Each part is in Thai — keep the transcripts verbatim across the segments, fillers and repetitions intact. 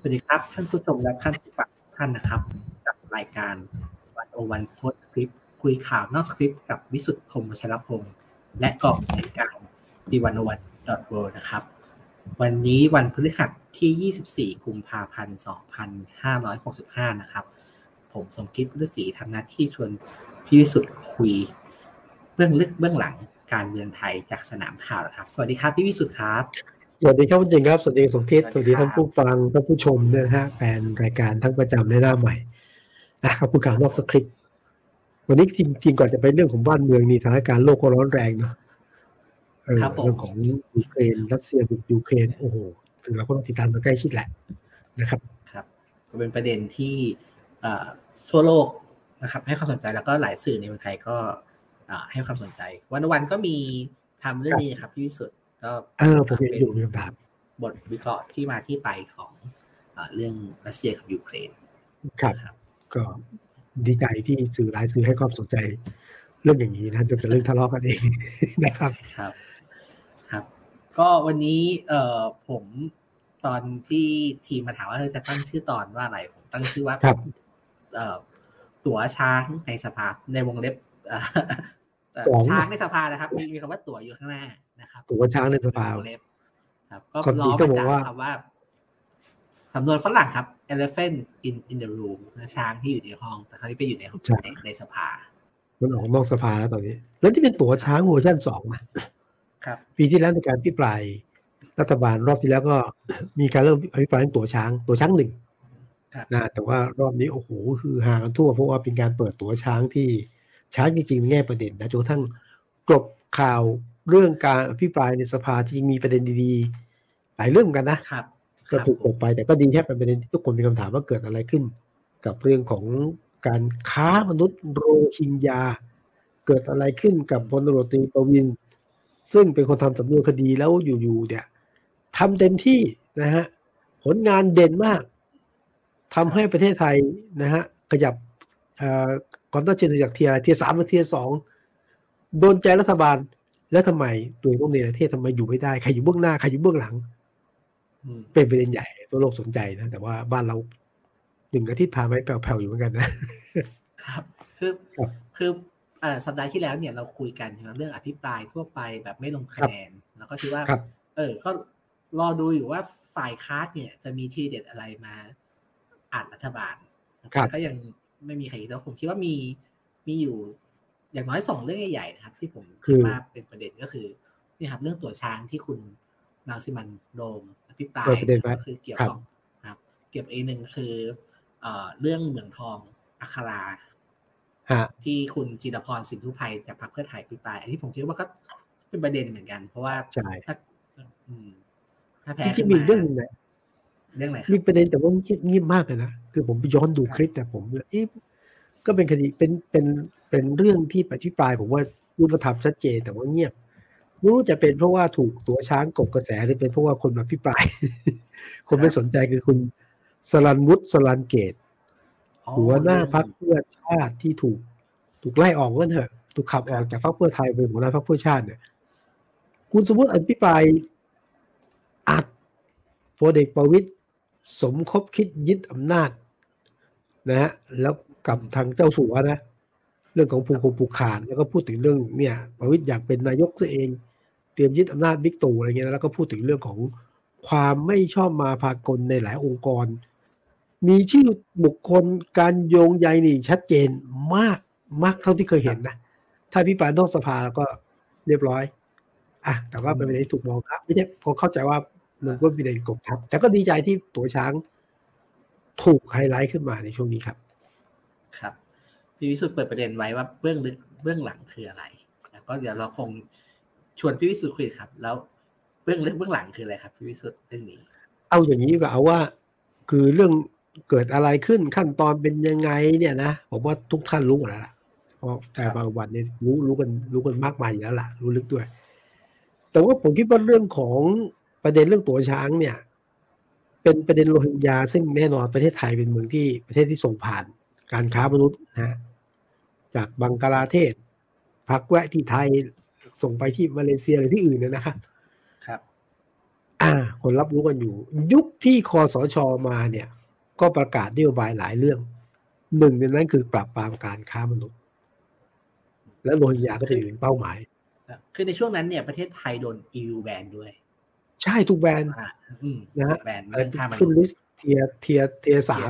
วัสดีครับท่านผู้ชมและท่านผู้ฟังทุกท่านนะครับกับรายการวันโอวันโพสต์สคริปต์คุยข่าวนอกสคริปต์กับวิสุทธิ์คมวชิรพงศ์และกองบรรณาธิการดีวันโอวันดอทเวิลด์นะครับวันนี้วันพฤหัสที่ยี่สิบสี่กุมภาพันธ์สองพันห้าร้อยหกสิบห้านะครับผมสมคิดพุทธศรีทำหน้าที่ชวนพี่วิสุทธิ์คุยเบื้องลึกเบื้องหลังการเมืองไทยจากสนามข่าวนะครับสวัสดีครับพี่วิสุทธิ์ครับสวัสดีครับคุณจริงครับสวัสดีสมคิดสวัสดีท่านผู้ฟังท่านผู้ชมนะฮะแฟนรายการทั้งประจำและหน้าใหม่นะครับคุณข่าวนอกสคริปต์วันนี้จริงๆก่อนจะไปเรื่องของบ้านเมืองนี่สถานการณ์โลกก็ร้อนแรงเนาะเออเรื่องของยูเครนรัสเซียบุกยูเครนโอ้โหถึงเราก็ต้องติดตามมาใกล้ชิดแหละนะครับครับก็เป็นประเด็นที่ทั่วโลกนะครับให้ความสนใจแล้วก็หลายสื่อในเมืองไทยก็ให้ความสนใจวันวันก็มีทำเรื่องนี้ครับพี่วิสุทธิ์ก็เออผมเห็นอยู่ครับบทวิเคราะห์ที่มาที่ไปของเรื่องรัสเซียกับยูเครนครับก็ดีใจที่สื่อหลายสื่อให้ความสนใจเรื่องอย่างนี้นะจนเป็นเรื่องทะเลาะกันเองนะครับครับครับก็วันนี้เอ่อผมตอนที่ทีมมาถามว่าจะตั้งชื่อตอนว่าอะไรผมตั้งชื่อว่าเอ่อตั๋วช้างในสภาในวงเล็บช้างในสภานะครับมีมีคำว่าตั๋วอยู่ข้างหน้านะครับตั๋วช้างในสภาเล็บครับก็ล้อมาจากคำว่าสำนวนฝรั่งครับ elephant in in the room ช้างที่อยู่ในห้องแต่คราวนี้ไปอยู่ในในในสภามันออกนอกสภาแล้วตอนนี้แล้วที่เป็นตั๋วช้างเวอร์ชันสองนะครับปีที่แล้วในการพิปรายรัฐบาลรอบที่แล้วก็มีการเริ่มอภิปรายตั๋วช้างตั๋วช้างหนึ่งนะแต่ว่ารอบนี้โอ้โหคือหากันทั่วเพราะว่าเป็นการเปิดตั๋วช้างที่ช้างจริงๆแง่ประเด็นนะจนกระทั่งกลบข่าวเรื่องการอภิปรายในสภาจริงมีประเด็นดีๆหลายเรื่องกันนะก็ถูกกลบไปแต่ก็ดีแค่เป็นประเด็นที่ทุกคนมีคำถามว่าเกิดอะไรขึ้นกับเรื่องของการค้ามนุษย์โรฮิงญาเกิดอะไรขึ้นกับพลตำรวจตรีประวินซึ่งเป็นคนทำสำนวนคดีแล้วอยู่ๆเนี่ยทำเต็มที่นะฮะผลงานเด่นมากทำให้ประเทศไทยนะฮะขยับความต้านเชิงจากเทียร์เทียร์สามมาเทียร์สองโดนใจรัฐบาลแล้วทำไมตัวต้องในประเทศทำไมอยู่ไม่ได้ใครอยู่เบื้องหน้าใครอยู่เบื้องหลังเป็นประเด็นใหญ่ทั่วโลกสนใจนะแต่ว่าบ้านเราหนึ่งอาทิตย์ผ่านไปแผ่วๆอยู่เหมือนกันนะครับคือคือสัปดาห์ที่แล้วเนี่ยเราคุยกันถึงเรื่องอภิปรายทั่วไปแบบไม่ลงคะแนนแล้วก็คิดว่าเออก็รอดูอยู่ว่าฝ่ายค้านเนี่ยจะมีทีเด็ดอะไรมาอ่านรัฐบาลแต่ก็ยังไม่มีใครคิดว่าผมคิดว่ามีมีอยู่อย่างน้อยสองเรื่องใหญ่ๆนะครับที่ผมคิดว่าเป็นประเด็นก็คือนี่ครับเรื่องตั๋วช้างที่คุณนางสิมันโรมอภิปรายก็คือเกี่ยวกับครับเกี่ยวกับอีกหนึ่งคือเอ่อเรื่องเหมืองทองอัคราที่คุณจิรพรสินธุไพจากพรรคเพื่อไทยอภิปรายอันนี้ผมคิดว่าก็เป็นประเด็นเหมือนกันเพราะว่าถ้าอืมถ้าแพ้จริงๆมีเรื่องไหนเรื่องไหนมีประเด็นแต่ว่าเงียบมากเลยนะคือผมไปย้อนดูคลิปแต่ผมเอ๊ะก็เป็นคดีเป็นเป็นเป็นเรื่องที่อภิปรายผมว่ารูปธรรมชัดเจนแต่ว่าเงียบไม่รู้จะเป็นเพราะว่าถูกตั๋วช้างกบกระแสหรือเป็นเพราะว่าคนมาอภิปรายคนไม่สนใจคือคุณสรัญวุฒิสรัญเกตหัวหน้าพรรคเพื่อชาติที่ถูกถูกไล่ออกก็เถอะถูกขับออกจากพรรคเพื่อไทยเป็นหัวหน้าพรรคเพื่อชาติเนี่ยคุณสมมติอภิปรายอัดพลเอกประวิตรสมคบคิดยึดอำนาจนะฮะแล้วกับทางเจ้าสัวนะเรื่องของภูมิคงผูกขาดแล้วก็พูดถึงเรื่องเนี่ยประวิตรอยากเป็นนายกซะเองเตรียมยึดอำนาจบิ๊กตู่อะไรเงี้ยแล้วก็พูดถึงเรื่องของความไม่ชอบมาพากลในหลายองค์กรมีชื่อบุคคลการโยงใยนี่ชัดเจนมากมากเท่าที่เคยเห็นนะถ้าพิปรายนอกสภาแล้วก็เรียบร้อยอ่ะแต่ว่าเป็นประเด็นที่ถูกมองครับไม่ใช่พอเข้าใจว่ามันก็เป็นประเด็นกบทับแต่ก็ดีใจที่ตัวช้างถูกไฮไลท์ขึ้นมาในช่วงนี้ครับครับพี่วิสุทธิ์เปิดประเด็นไว้ว่าเบื้องลึกเบื้องหลังคืออะไรแล้วก็เดี๋ยวเราคงชวนพี่วิสุทธิ์คุยครับแล้วเบื้องลึกเบื้องหลังคืออะไรครับพี่วิสุทธิ์เรื่องนี้เอาอย่างนี้ก็เอาว่าคือเรื่องเกิดอะไรขึ้นขั้นตอนเป็นยังไงเนี่ยนะผมว่าทุกท่านรู้หมดแล้วล่ะเพราะแต่บางวันเนี่ยรู้รู้กันรู้กันมากมายอยู่แล้วล่ะรู้ลึกด้วยแต่ว่าผมคิดว่าเรื่องของประเด็นเรื่องตั๋วช้างเนี่ยเป็นประเด็นโรฮิงญาซึ่งแน่นอนประเทศไทยเป็นเมืองที่ประเทศที่ส่งผ่านการค้ามนุษย์นะจากบังกลาเทศพักแวะที่ไทยส่งไปที่มาเลเซียหรือที่อื่นเนี่ยนะครับครับอ่าคคนรับรู้กันอยู่ยุคที่คสช.มาเนี่ยก็ประกาศนโยบายหลายเรื่องหนึ่งในนั้นคือปราบปรามการค้ามนุษย์และโรฮิงญาก็เป็นหนึ่งเป้าหมายคือในช่วงนั้นเนี่ยประเทศไทยโดน อี ยู แบนด้วยใช่ถูกแบนนะฮะขึ้นลิสต์เทียเทียเทียสาม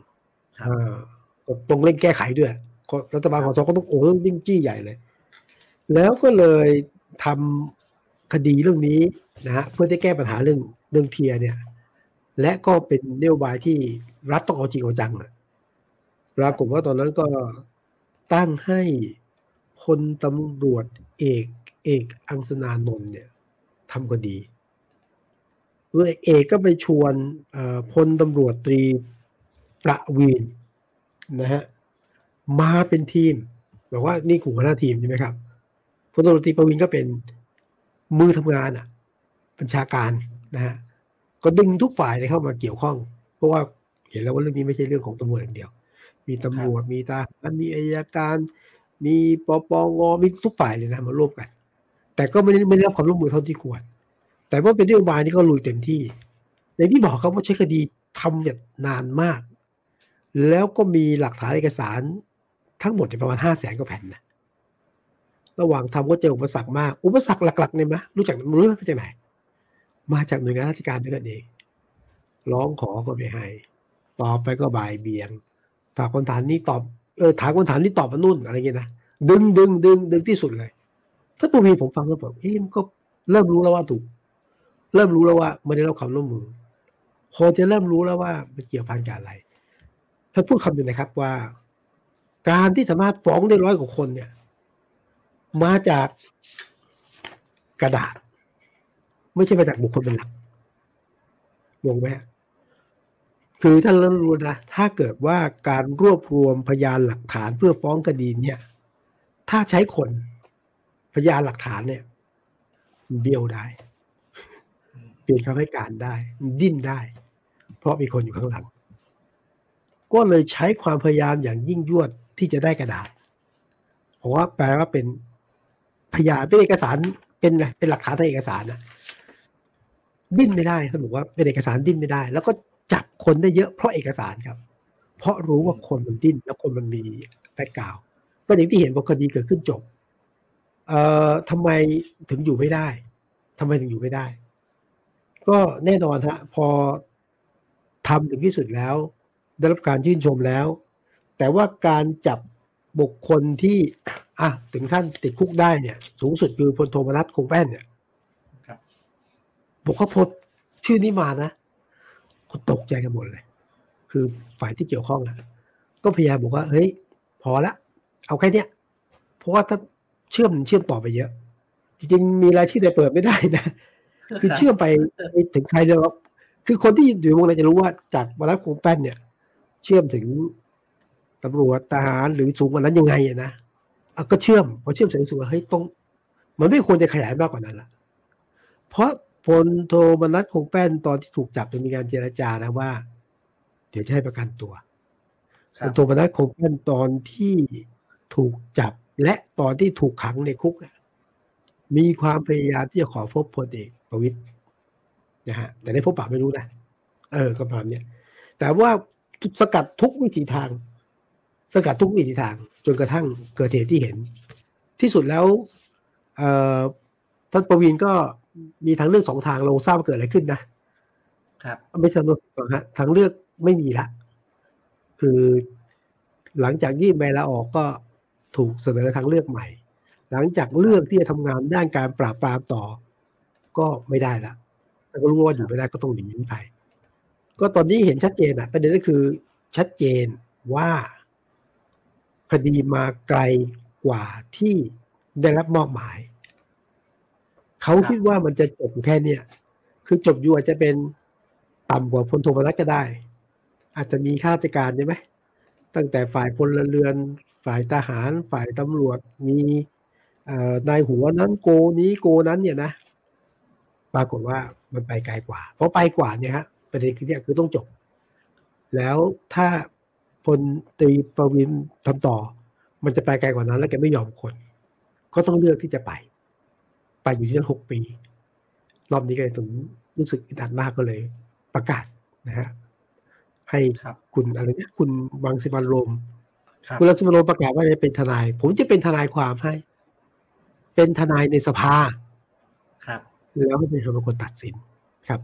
ตรงเร่งแก้ไขด้วยรัฐบาลของสก็ต้องโอ้ยิ่งจี้ใหญ่เลยแล้วก็เลยทำคดีเรื่องนี้นะฮะเพื่อจะแก้ปัญหาเรื่องเรื่องเทียเนี่ยและก็เป็นนโยบายที่รัฐต้องเอาจริงเอาจังอ่ะปรากฏว่าตอนนั้นก็ตั้งให้พลตำรวจเอกเอกอังสนานนท์เนี่ยทำคดีเลยเอกก็ไปชวนพลตำรวจตรีประวีณนะฮะมาเป็นทีมบอกว่านี่กลุ่มหัวหน้าทีมใช่ไหมครับพลตำรวจตรีประวีณก็เป็นมือทำงานอ่ะบัญชาการนะฮะก็ดึงทุกฝ่ายเข้ามาเกี่ยวข้องเพราะว่าเห็นแล้วว่าเรื่องนี้ไม่ใช่เรื่องของตำรวจอย่างเดียวมีตำรวจมีทหารมีอัยการมีปปงมีทุกฝ่ายเลยนะมาร่วมกันแต่ก็ไม่ได้ไม่ได้รับความร่วมมือเท่าที่ควรแต่ว่าเป็นนโยบายที่ก็ลุยเต็มที่อย่างที่บอกครับว่าใช้คดีทำเนี่ยนานมากแล้วก็มีหลักฐานเอกสารทั้งหมดประมาณห้าแสนกว่าแผ่นนะระหว่างทำก็เจออุปสรรคมากอุปสรรคหลักๆเนี่ยมั้ยรู้จักรู้มาจากไหนมาจากหน่วยงานราชการด้วยกันเองร้องขอก็ไม่ให้ตอบไปก็บ่ายเบี่ยงฝากคนถามนี้ตอบเออถามคนถามนี้ตอบมานู่นอะไรเงี้ยนะดึงดึงดึงดึงที่สุดเลยถ้าตัวมีผมฟังแล้วแบบเอ๊ะมันก็เริ่มรู้แล้วว่าถูกเริ่มรู้แล้วว่าไม่ได้รับความร่วมมือพอจะเริ่มรู้แล้วว่ามันเกี่ยวพันกับอะไรถ้าพูดคำหนึ่งนะครับว่าการที่สามารถฟ้องได้ร้อยกว่าคนเนี่ยมาจากกระดาษไม่ใช่มาจากบุคคลเป็นหลักงงไหมคือถ้าเรารู้นะถ้าเกิดว่าการรวบรวมพยานหลักฐานเพื่อฟ้องคดีเนี่ยถ้าใช้คนพยานหลักฐานเนี่ยเบี้ยวได้เปลี่ยนคำให้การได้ดิ้นได้เพราะมีคนอยู่ข้างหลังก็เลยใช้ความพยายามอย่างยิ่งยวดที่จะได้กระดาษเพราะว่าแปลว่าเป็นพยานเป็นเอกสารเป็นไงเป็นหลักฐานทางเอกสารนะดิ้นไม่ได้สมมติว่าเป็นเอกสารดิ้นไม่ได้แล้วก็จับคนได้เยอะเพราะเอกสารครับเพราะรู้ว่าคนมันดิ้นแล้วคนมันมีแบ็คกราวด์ก็อย่างที่เห็นว่าคดีเกิดขึ้นจบเอ่อทำไมถึงอยู่ไม่ได้ทำไมถึงอยู่ไม่ได้ก็แน่นอนฮะพอทำถึงที่สุดแล้วได้รับการชื่นชมแล้วแต่ว่าการจับบุคคลที่อ่ะถึงขั้นติดคุกได้เนี่ยสูงสุดคือพลโทมนัสคงแป้นเนี่ยบอกว่าพอชื่อนี้มานะคนตกใจกันหมดเลยคือฝ่ายที่เกี่ยวข้องอ่ะก็พยายามบอกว่าเฮ้ยพอละเอาแค่เนี้ยเพราะว่าถ้าเชื่อมเชื่อมต่อไปเยอะจริงๆมีรายชื่อแต่เปิดไม่ได้นะคือเชื่อมไปถึงใครเดียวคือคนที่อยู่วงในจะรู้ว่าจากมนัสคงแป้นเนี่ยเชื่อมถึงตำรวจทหารหรือสูงกว่านั้นยังไงนะก็เชื่อมพอเชื่อมเสร็จรู้สึกว่าเฮ้ยต้องมันไม่ควรจะขยายมากกว่านั้นละเพราะพลโทมนัสคงแป้นตอนที่ถูกจับจะมีการเจรจานะว่าเดี๋ยวจะให้ประกันตัวพลโทมนัสคงแป้นตอนที่ถูกจับและตอนที่ถูกขังในคุกมีความพยายามที่จะขอพบพลเอกประวิตรนะฮะแต่ได้พบปะไม่รู้นะเออก็ประมาณนี้แต่ว่าสกัดทุกวิถีทางสกัดทุกวิถีทางจนกระทั่งเกิดเหตุที่เห็นที่สุดแล้วท่านประวินก็มีทางเลือกสองทางเราทราบว่าเกิดอะไรขึ้นนะครับไม่ใช่สองฮะทางเลือกไม่มีละคือหลังจากยื่นใบลาออกก็ถูกเสนอทางเลือกใหม่หลังจากเลือกที่จะทำงานด้านการปราบปรามต่อก็ไม่ได้ละแต่ก็รู้ว่าอยู่ไม่ได้ก็ต้องหนีไปก็ตอนนี้เห็นชัดเจนอ่ะประเด็นก็คือชัดเจนว่าคดีมาไกลกว่าที่ได้รับมอบหมายเขาคิดว่ามันจะจบแค่เนี้ยคือจบอยู่อาจจะเป็นต่ำกว่าพลโทมนัสก็ได้อาจจะมีข้าราชการใช่ไหมตั้งแต่ฝ่ายพลเรือนฝ่ายทหารฝ่ายตำรวจมีนายหัวนั้นโกนี้โกนั้นเนี่ยนะปรากฏว่ามันไปไกลกว่าเพราะไปกว่าเนี่ยฮะประเด็นคือเนี่ยคือต้องจบแล้วถ้าพลตรีประวินทำต่อมันจะไปไกลกว่านั้นแล้วแกไม่ยอมคนก็ต้องเลือกที่จะไปไปอยู่ที่นั่นหกปีรอบนี้ก็เลยถึงรู้สึกอึดอัดมากก็เลยประกาศนะฮะให้ครับคุณอะไรนะคุณรังสิมันต์โรมครับคุณรังสิมันต์โรมประกาศว่าจะเป็นทนาย ผมจะเป็นทนายความให้ เป็นทนายในสภาครับแล้วก็เป็นคนตัดสินครับ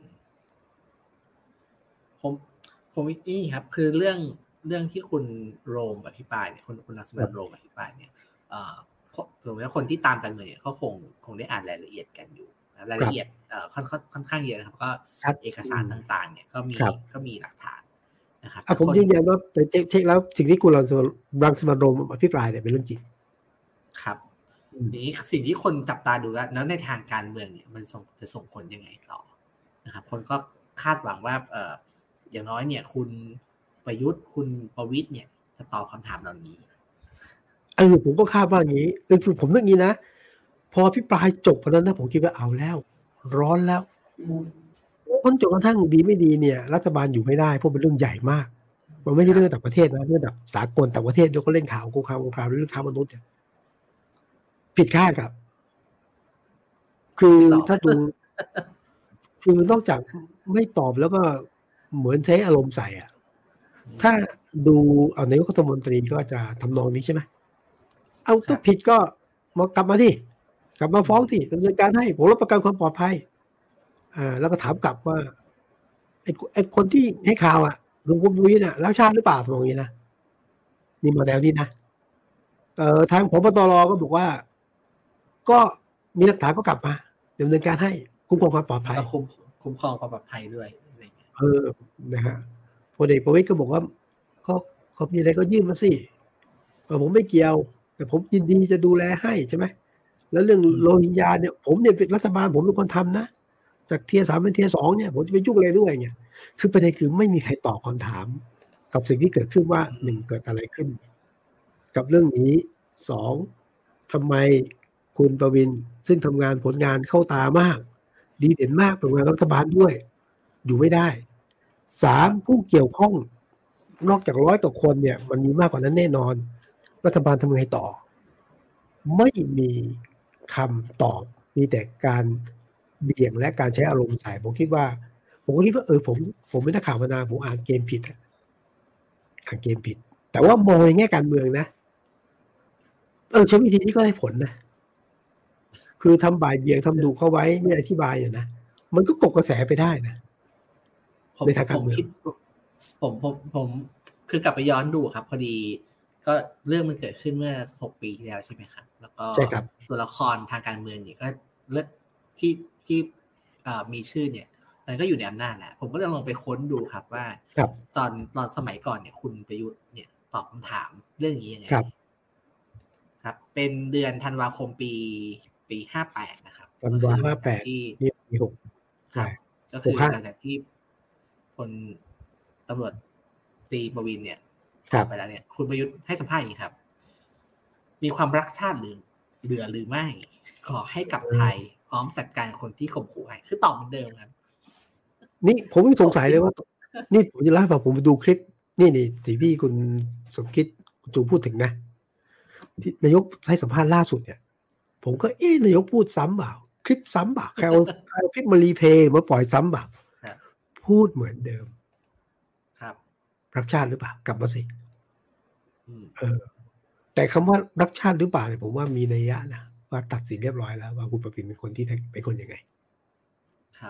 ผมผมนี่ครับ คือเรื่องเรื่องที่คุณโรมอภิปรายเนี่ยคุณคุณรังสิมันต์โรมอภิปรายเนี่ยเอ่อถึงแม้คนที่ตามกันเมืองเนี่ยเขาคงคงได้อ่านรายละเอียดกันอยู่รายละเอียดเอ่อค่อนค่อนข้างเยอะนะครับก็เอกสารต่างๆเนี่ยก็มีก็มีหลักฐานนะครับผมยืนยันว่าไปเช็คแล้วสิ่งที่คุณรังสิมันต์โรมอภิปรายเนี่ยเป็นเรื่องจริงครับทีนี้สิ่งที่คนจับตาดูแล้วในทางการเมืองเนี่ยมันส่งจะส่งผลยังไงต่อนะครับคนก็คาดหวังว่าเอ่ออย่างน้อยเนี่ยคุณประยุทธ์คุณประวิตรเนี่ยจะตอบคำถามเหล่านี้เออผมก็คาดว่าอย่างนี้เออผมนึกงี้นะพอพิปรายจบไปแล้วนะผมคิดว่าเอาแล้วร้อนแล้วพ้นจนกระทั่งดีไม่ดีเนี่ยรัฐบาลอยู่ไม่ได้เพราะเป็นเรื่องใหญ่มากมันไม่ใช่เรื่องต่างประเทศนะเรื่องแบบสากลต่างประเทศแล้วก็เล่นข่าวกูข่าวกูข่าวเรื่องค้ามนุษย์เนี่ยผิดคาดครับคือถ้าดูคือนอกจากไม่ตอบแล้วก็เหมือนใช้อารมณ์ใส่อ่ะถ้าดูเอานายกรัฐมนตรีก็จะทำนองนี้ใช่ไหมเอาถ้าผิดก็มากลับมาที่กลับมาฟ้องที่ดำเนินการให้ผมรับประกันความปลอดภัยอ่าแล้วก็ถามกลับว่าไอ้ไอ้คนที่ให้ข่าวอ่ะลุงคุณบุ้ยน่ะรักชาติหรือเปล่าตรงนี้นะนี่มาแนวนี้นะเอ่อทางผบตรก็บอกว่าก็มีหลักฐานก็กลับมาดำเนินการให้คุ้มครองความปลอดภัยคุ้มคุ้มครองความปลอดภัยด้วยอะไรอย่างเงี้ยเออนะฮะพลเอกประวิตรก็บอกว่าเขาเขามีอะไรก็ยื่นมาสิผมไม่เกี่ยวแต่ผมยินดีจะดูแลให้ใช่ไหมแล้วเรื่องโรฮิงญาเนี่ยผมเนี่ยเป็นรัฐบาลผมเป็นคนทำนะจากเทียร์สามเป็นเทียร์สองเนี่ยผมจะไปยุ่งอะไรด้วยเนี่ยคือประเด็นคือไม่มีใครตอบคำถามกับสิ่งที่เกิดขึ้นว่าหนึ่งเกิดอะไรขึ้นกับเรื่องนี้สองทำไมคุณประวินซึ่งทำงานผลงานเข้าตามากดีเด่นมากเป็นงานรัฐบาลด้วยอยู่ไม่ได้สามผู้เกี่ยวข้องนอกจากร้อยต่อคนเนี่ยมันมีมากกว่านั้นแน่นอนรัฐบาลทำไงต่อไม่มีคำตอบมีแต่การเบี่ยงและการใช้อารมณ์ใส่ผมคิดว่าผมก็คิดว่าเออผมผมไม่ได้ข่าวมานานผมอ่านเกมผิดอ่านเกมผิดแต่ว่ามองในแง่การเมืองนะเออใช้วิธีนี้ก็ได้ผลนะคือทำบ่ายเบี่ยงทำดูเข้าไว้ไม่อธิบายอย่างนะมันก็กบกระแสไปได้นะในทางการเมืองผมผมผมคือกลับไปย้อนดูครับพอดีก็เรื่องมันเกิดขึ้นเมื่อหกปีที่แล้วใช่ไหมครับแล้วก็ตัวละครทางการเมืองเนี่ยก็เลือกที่ที่มีชื่อเนี่ยมันก็อยู่ในอำนาจแหละผมก็เลยลองไปค้นดูครับว่าตอนตอนสมัยก่อนเนี่ยคุณประยุทธ์เนี่ยตอบคำถามเรื่องนี้ยังไงครับเป็นเดือนธันวาคมปีปีห้าแปดนะครับธันวาห้าแปดที่ปีหกครับก็คือหลังจากที่คนตำรวจตีประวินเนี่ยไปแล้วเนี่ยคุณประยุทธ์ให้สัมภาษณ์อย่างนี้ครับมีความรักชาติหรือเหลือหรือไม่ขอให้กลับไทยพร้อมจัดการคนที่ข่มขู่ให้คือตอบเหมือนเดิมครับนี่ผมไม่สงสัยเลยว่านี่ผมจะเล่าให้ฟังผมไปดูคลิปนี่นี่ที่พี่คุณสมคิดคุณจูพูดถึงนะที่นายกให้สัมภาษณ์ล่าสุดเนี่ยผมก็เอ๊ะนายกพูดซ้ำเปล่าคลิปซ้ำเปล่าใครเอาคลิปมารีเพย์มาปล่อยซ้ำเปล่าพูดเหมือนเดิมครับรักชาติหรือเปล่ากลับมาสิเออแต่คำว่ารักชาติหรือเปล่าเนี่ยผมว่ามีนัยยะนะว่าตัดสินเรียบร้อยแล้วว่าคุณประวิตรเป็นคนที่เป็นคนยังไงครับ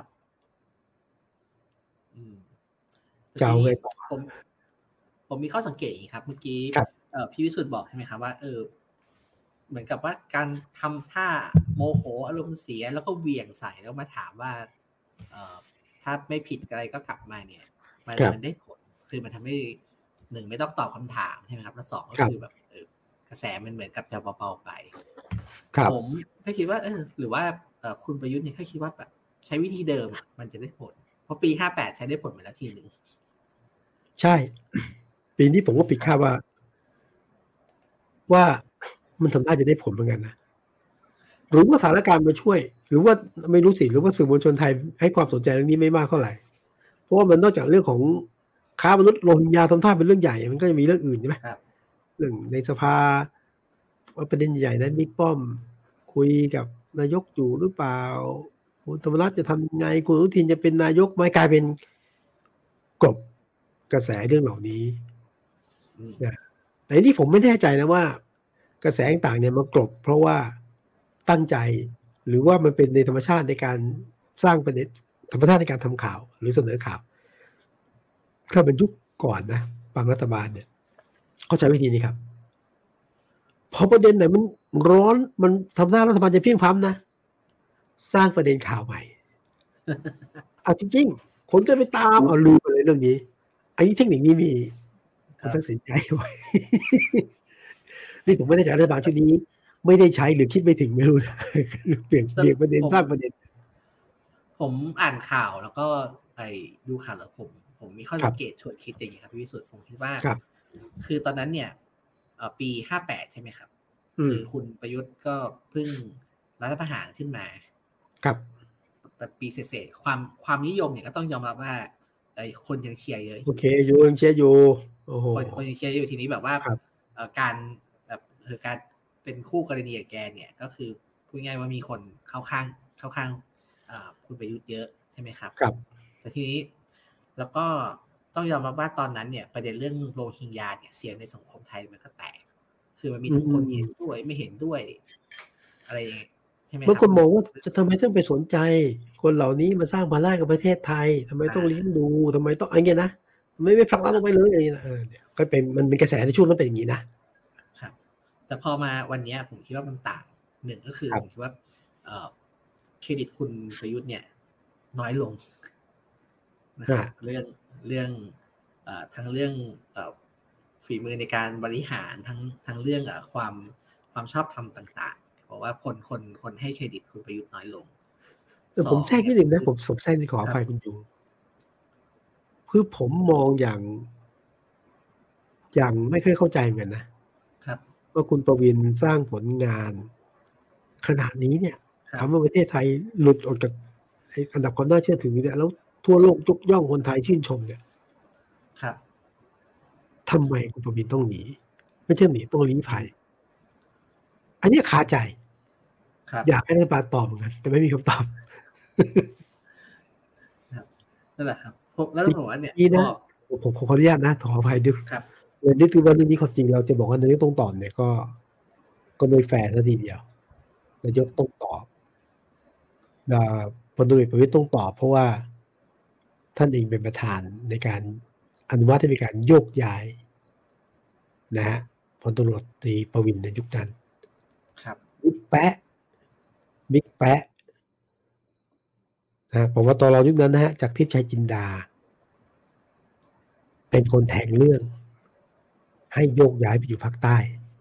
อืมจะเอาไงต่อผมผมมีข้อสังเกตอีกครับเมื่อกี้เอ่อพี่วิสุทธ์บอกใช่ไหมครับว่าเออเหมือนกับว่าการทำท่าโมโหอารมณ์เสียแล้วก็เหวี่ยงใส่แล้วมาถามว่าเอ่อถ้าไม่ผิดอะไรก็กลับมาเนี่ยมันมันได้ผลคือมันทำให้หนึ่งไม่ต้องตอบคำถามใช่ไหมครับแล้วสองก็คือแบบเออกระแสมันเหมือนกับจะเบาๆไปผมถ้าคิดว่าเออหรือว่าเอ่อคุณประยุทธ์เนี่ยถ้าคิดว่าแบบใช้วิธีเดิมมันจะได้ผลเพราะปีห้าแปดใช้ได้ผลมาแล้วทีนึงใช่ปีนี้ผมก็ปิดคาดว่าว่ามันทำได้จะได้ผลเหมือนกันนะหรือว่าสถานการณ์มาช่วยหรือว่าไม่รู้สิหรือว่าสื่อมวลชนไทยให้ความสนใจเรื่องนี้ไม่มากเท่าไหร่เพราะว่ามันนอกจากเรื่องของค้ามนุษย์โรฮิงญาทำท่าเป็นเรื่องใหญ่มันก็จะมีเรื่องอื่นใช่ไหมเรื่องในสภาประเด็นใหญ่นั้นบิ๊กป้อมคุยกับนายกอยู่หรือเปล่าคุณธรรมนัสจะทำยังไงคุณอนุทินจะเป็นนายกไหมกลายเป็นกลบกระแสเรื่องเหล่านี้นะแต่นี่ผมไม่แน่ใจนะว่ากระแสต่างๆเนี่ยมากลบเพราะว่าตั้งใจหรือว่ามันเป็นในธรรมชาติในการสร้างประเด็นธรรมชาติในการทำข่าวหรือเสนอข่าวถ้าเป็นยุคก่อนนะบางรัฐบาลเนี่ยเขาใช้วิธีนี้ครับพอประเด็นไหนมันร้อนมันทำหน้ารัฐบาลจะเพี้ยงพล้ำนะสร้างประเด็นข่าวใหม่เอาจริงๆคนก็ไปตามเอาลืมไปเลยเรื่องนี้อันนี้เทคนิคนี้มีคุณทักษิณใช้ไว้นี่ผมไม่ได้จากรัฐบาลชุดนี้ไม่ได้ใช้หรือคิดไม่ถึงไม่รู้เปลี่ยนเปลี่ยนประเด็นสร้างประเด็นผมอ่านข่าวแล้วก็ไอ้ดูข่าวแล้วผมผมมีข้อสังเกตชวนคิดอย่างนี้ครับพี่วิสุทธิ์ผมคิดว่าคือตอนนั้นเนี่ยปีห้าแปดใช่ไหมครับคือคุณประยุทธ์ก็เพิ่งรัฐประหารขึ้นมาครับแต่ปีเศษความความนิยมเนี่ยก็ต้องยอมรับว่าไอ้คนยังเชียร์เยอะโอเคอยู่ยังเชียร์อยู่โอ้โหคนคนยังเชียร์อยู่ทีนี้แบบว่าการแบบคือการเป็นคู่กรณีกับแกเนี่ยก็คือพูดง่ายว่ามีคนเข้าข้างเข้าข้างคุณประยุทธ์เยอะใช่ไหมครับครับแต่ทีนี้แล้วก็ต้องยอมรับว่าตอนนั้นเนี่ยประเด็นเรื่องโรฮิงญาเนี่ยเสียงในสังคมไทยมันก็แตกคือมันมีทั้งคนเห็นด้วยไม่เห็นด้วยอะไรอย่างเงี้ยใช่ไหมครับบางคนมองว่าจะทำไมต้องไปสนใจคนเหล่านี้มาสร้างภาระกับประเทศไทยทำไมต้องเลี้ยงดูทำไมต้องอะไรเงี้ยนะไม่ไม่ผลักดันลงไปเลยอะไรเงี้ยเออเนี่ยก็เป็นมันเป็นกระแสในช่วงนั้นเป็นอย่างนี้นะครับแต่พอมาวันนี้ผมคิดว่ามันต่างหนึ่งก็คือผมคิดว่าเครดิตคุณประยุทธ์เนี่ยน้อยลงนะครับเรื่องเรื่องทั้งเรื่องฝีมือในการบริหารทั้งทั้งเรื่องความความชอบธรรมต่างๆเพราะว่าคนคนคนให้เครดิตคุณประยุทธ์น้อยลงแต่ผมแทรกนิดนึงนะผมผมแทรกขออภัยคุณยูคือผมมองอย่างอย่างไม่เคยเข้าใจเหมือนกันนะครับว่าคุณประวินสร้างผลงานขนาดนี้เนี่ยทำให้ประเทศไทยหลุดออกจากอันดับความน่าเชื่อถือเนี่ยแล้วทั่วโลกยกย่องคนไทยชื่นชมเนี่ยครับทำไมคุณประวินต้องหนีไม่ใช่หนีต้องลี้ภัยอันนี้คาใจอยากให้รัฐบาลตอบเหมือนกันแต่ไม่มีคำตอบนั่นแหละครับแล้วผมว่าเนี่ยนะผมขออนุญาตนะขออภัยด้วยครับนี่คือว่าเรื่องนี้ความจริงเราจะบอกว่านายกต้องตอบเนี่ยก็ก็ไม่แฟร์ซะทีเดียวนายกต้องตอบพลตรีประวิตรต้องตอบเพราะว่าท่านเองเป็นประธานในการอนุมัติให้มีการโยกย้ายนะฮะพลตำรวจตรีประวินในยุคนั้นครับบิ๊กแปะบิ๊กแปะนะผมว่าตอนเรายุคนั้นนะฮะจากทิพย์ชัยจินดาเป็นคนแทงเรื่องให้โยกย้ายไปอยู่ภาคใต้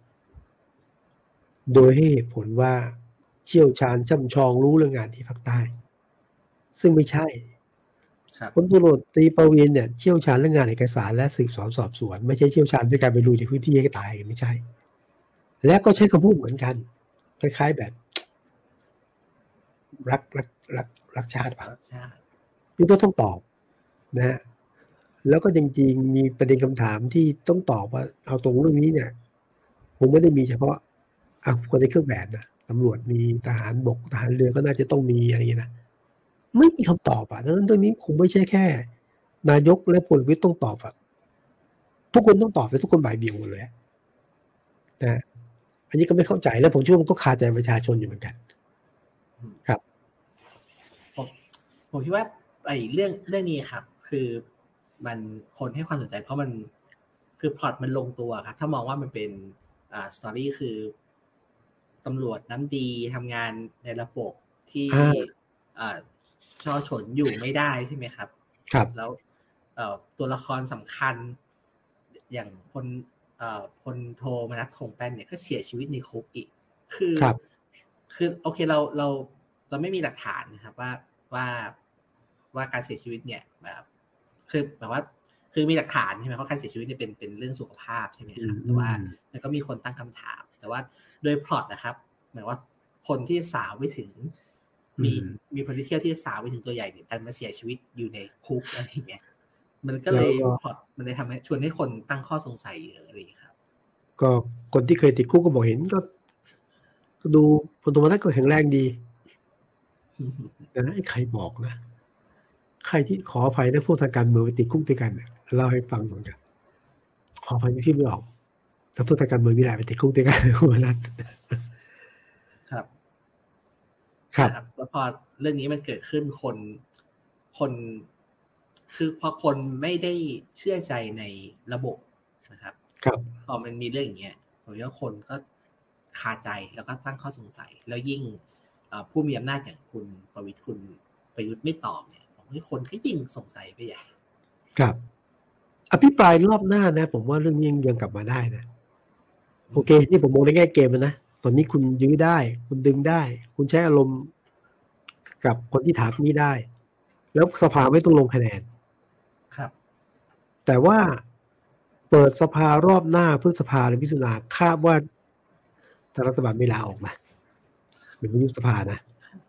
โดยให้เหตุผลว่าเชี่ยวชาญช่ำชองรู้เรื่องงานที่ภาคใต้ซึ่งไม่ใช่พลตำรวจตรีประวินเนี่ยเชี่ยวชาญเรื่องงานเอกสารและสืบสวนสอบสวนไม่ใช่เชี่ยวชาญด้วยการไปลุยในพื้นที่ให้ตายไม่ใช่และก็ใช้คำพูดเหมือนกันคล้ายๆแบบรักรักรักรักชาติป่ะนี่ก็ต้องตอบนะฮะแล้วก็จริงๆมีประเด็นคำถามที่ต้องตอบว่าเอาตรงเรื่องนี้เนี่ยผมไม่ได้มีเฉพาะอ่ะคนในเครื่องแบบนะตำรวจมีทหารบกทหารเรือก็น่าจะต้องมีอะไรอย่างนี้นะไม่มีคำตอบอ่ะดังนั้นเรื่องนี้คงไม่ใช่แค่นายกและพลเอกประวิตรต้องตอบอ่ะทุกคนต้องตอบและทุกคนบ่ายเบี่ยงหมดเลยนะอันนี้ก็ไม่เข้าใจแล้วผมเชื่อมันก็คาใจประชาชนอยู่เหมือนกันครับผมผมคิดว่าไอ้เรื่องเรื่องนี้ครับคือมันคนให้ความสนใจเพราะมันคือพล็อตมันลงตัวครับถ้ามองว่ามันเป็นอ่าสตอรี่คือตำรวจน้ำดีทำงานในระบบที่อ่าช่อฉนอยู่ไม่ได้ใช่ไหมครับครับแล้วเอ่อตัวละครสำคัญอย่างพลเอ่อพลโทมนัสคงแป้นเนี่ยก็เสียชีวิตในคุกอีกคือคือโอเคเราเราเราไม่มีหลักฐานนะครับว่าว่าว่าการเสียชีวิตเนี่ยแบบคือแบบว่าคือมีหลักฐานใช่ไหมเพราะการเสียชีวิตเนี่ยเป็นเป็นเรื่องสุขภาพใช่ไหมครับแต่ว่ามันก็มีคนตั้งคำถามแต่ว่าโดยพล็อตนะครับหมายว่าคนที่สาวไปถึงมีมีคนที่เที่ยวที่สาวไปถึงตัวใหญ่เนี่ยดันมาเสียชีวิตอยู่ในคุกอะไรอย่างเงี้ยมันก็เลยพล็อตมันเลยทำให้ชวนให้คนตั้งข้อสงสัยเยอะอะไรอย่างเงี้ยครับก็คนที่เคยติดคุกก็บอกเห็นก็ดูพลตำรวจก็แข็งแรงดีนะไอ้ใครบอกนะใครที่ขออภัยนะพวกทางการเมืองไปติดคุกด้วยกันเล่าให้ฟังเหมือนกันขออภัยที่ไม่ออกแต่พวกทางการเมืองนี่แหละไปติดคุกด้วยกันวันนั้นครับครับนะครับแล้วพอเรื่องนี้มันเกิดขึ้นคนคนคือพอคนไม่ได้เชื่อใจในระบบนะครับครับพอมันมีเรื่องอย่างเงี้ยผมว่าคนก็คาใจแล้วก็ตั้งข้อสงสัยแล้วยิ่งผู้มีอำนาจอย่างคุณประวิตรคุณประยุทธ์ไม่ตอบเนี่ยผมว่าคนก็ยิ่งสงสัยไปใหญ่ครับอภิปรายรอบหน้านะผมว่าเรื่องนี้ยังกลับมาได้นะโอเคนี่ผมมองในแง่เกมนะตอนนี้คุณยื้อได้คุณดึงได้คุณใช้อารมณ์กับคนที่ถามนี้ได้แล้วสภาไม่ต้องลงคะแนนครับแต่ว่าเปิดสภารอบหน้าพฤษภาหรือมิถุนาคาดว่าถ้ารัฐบาลไม่ลาออกมาหรือไม่ยุบสภานะ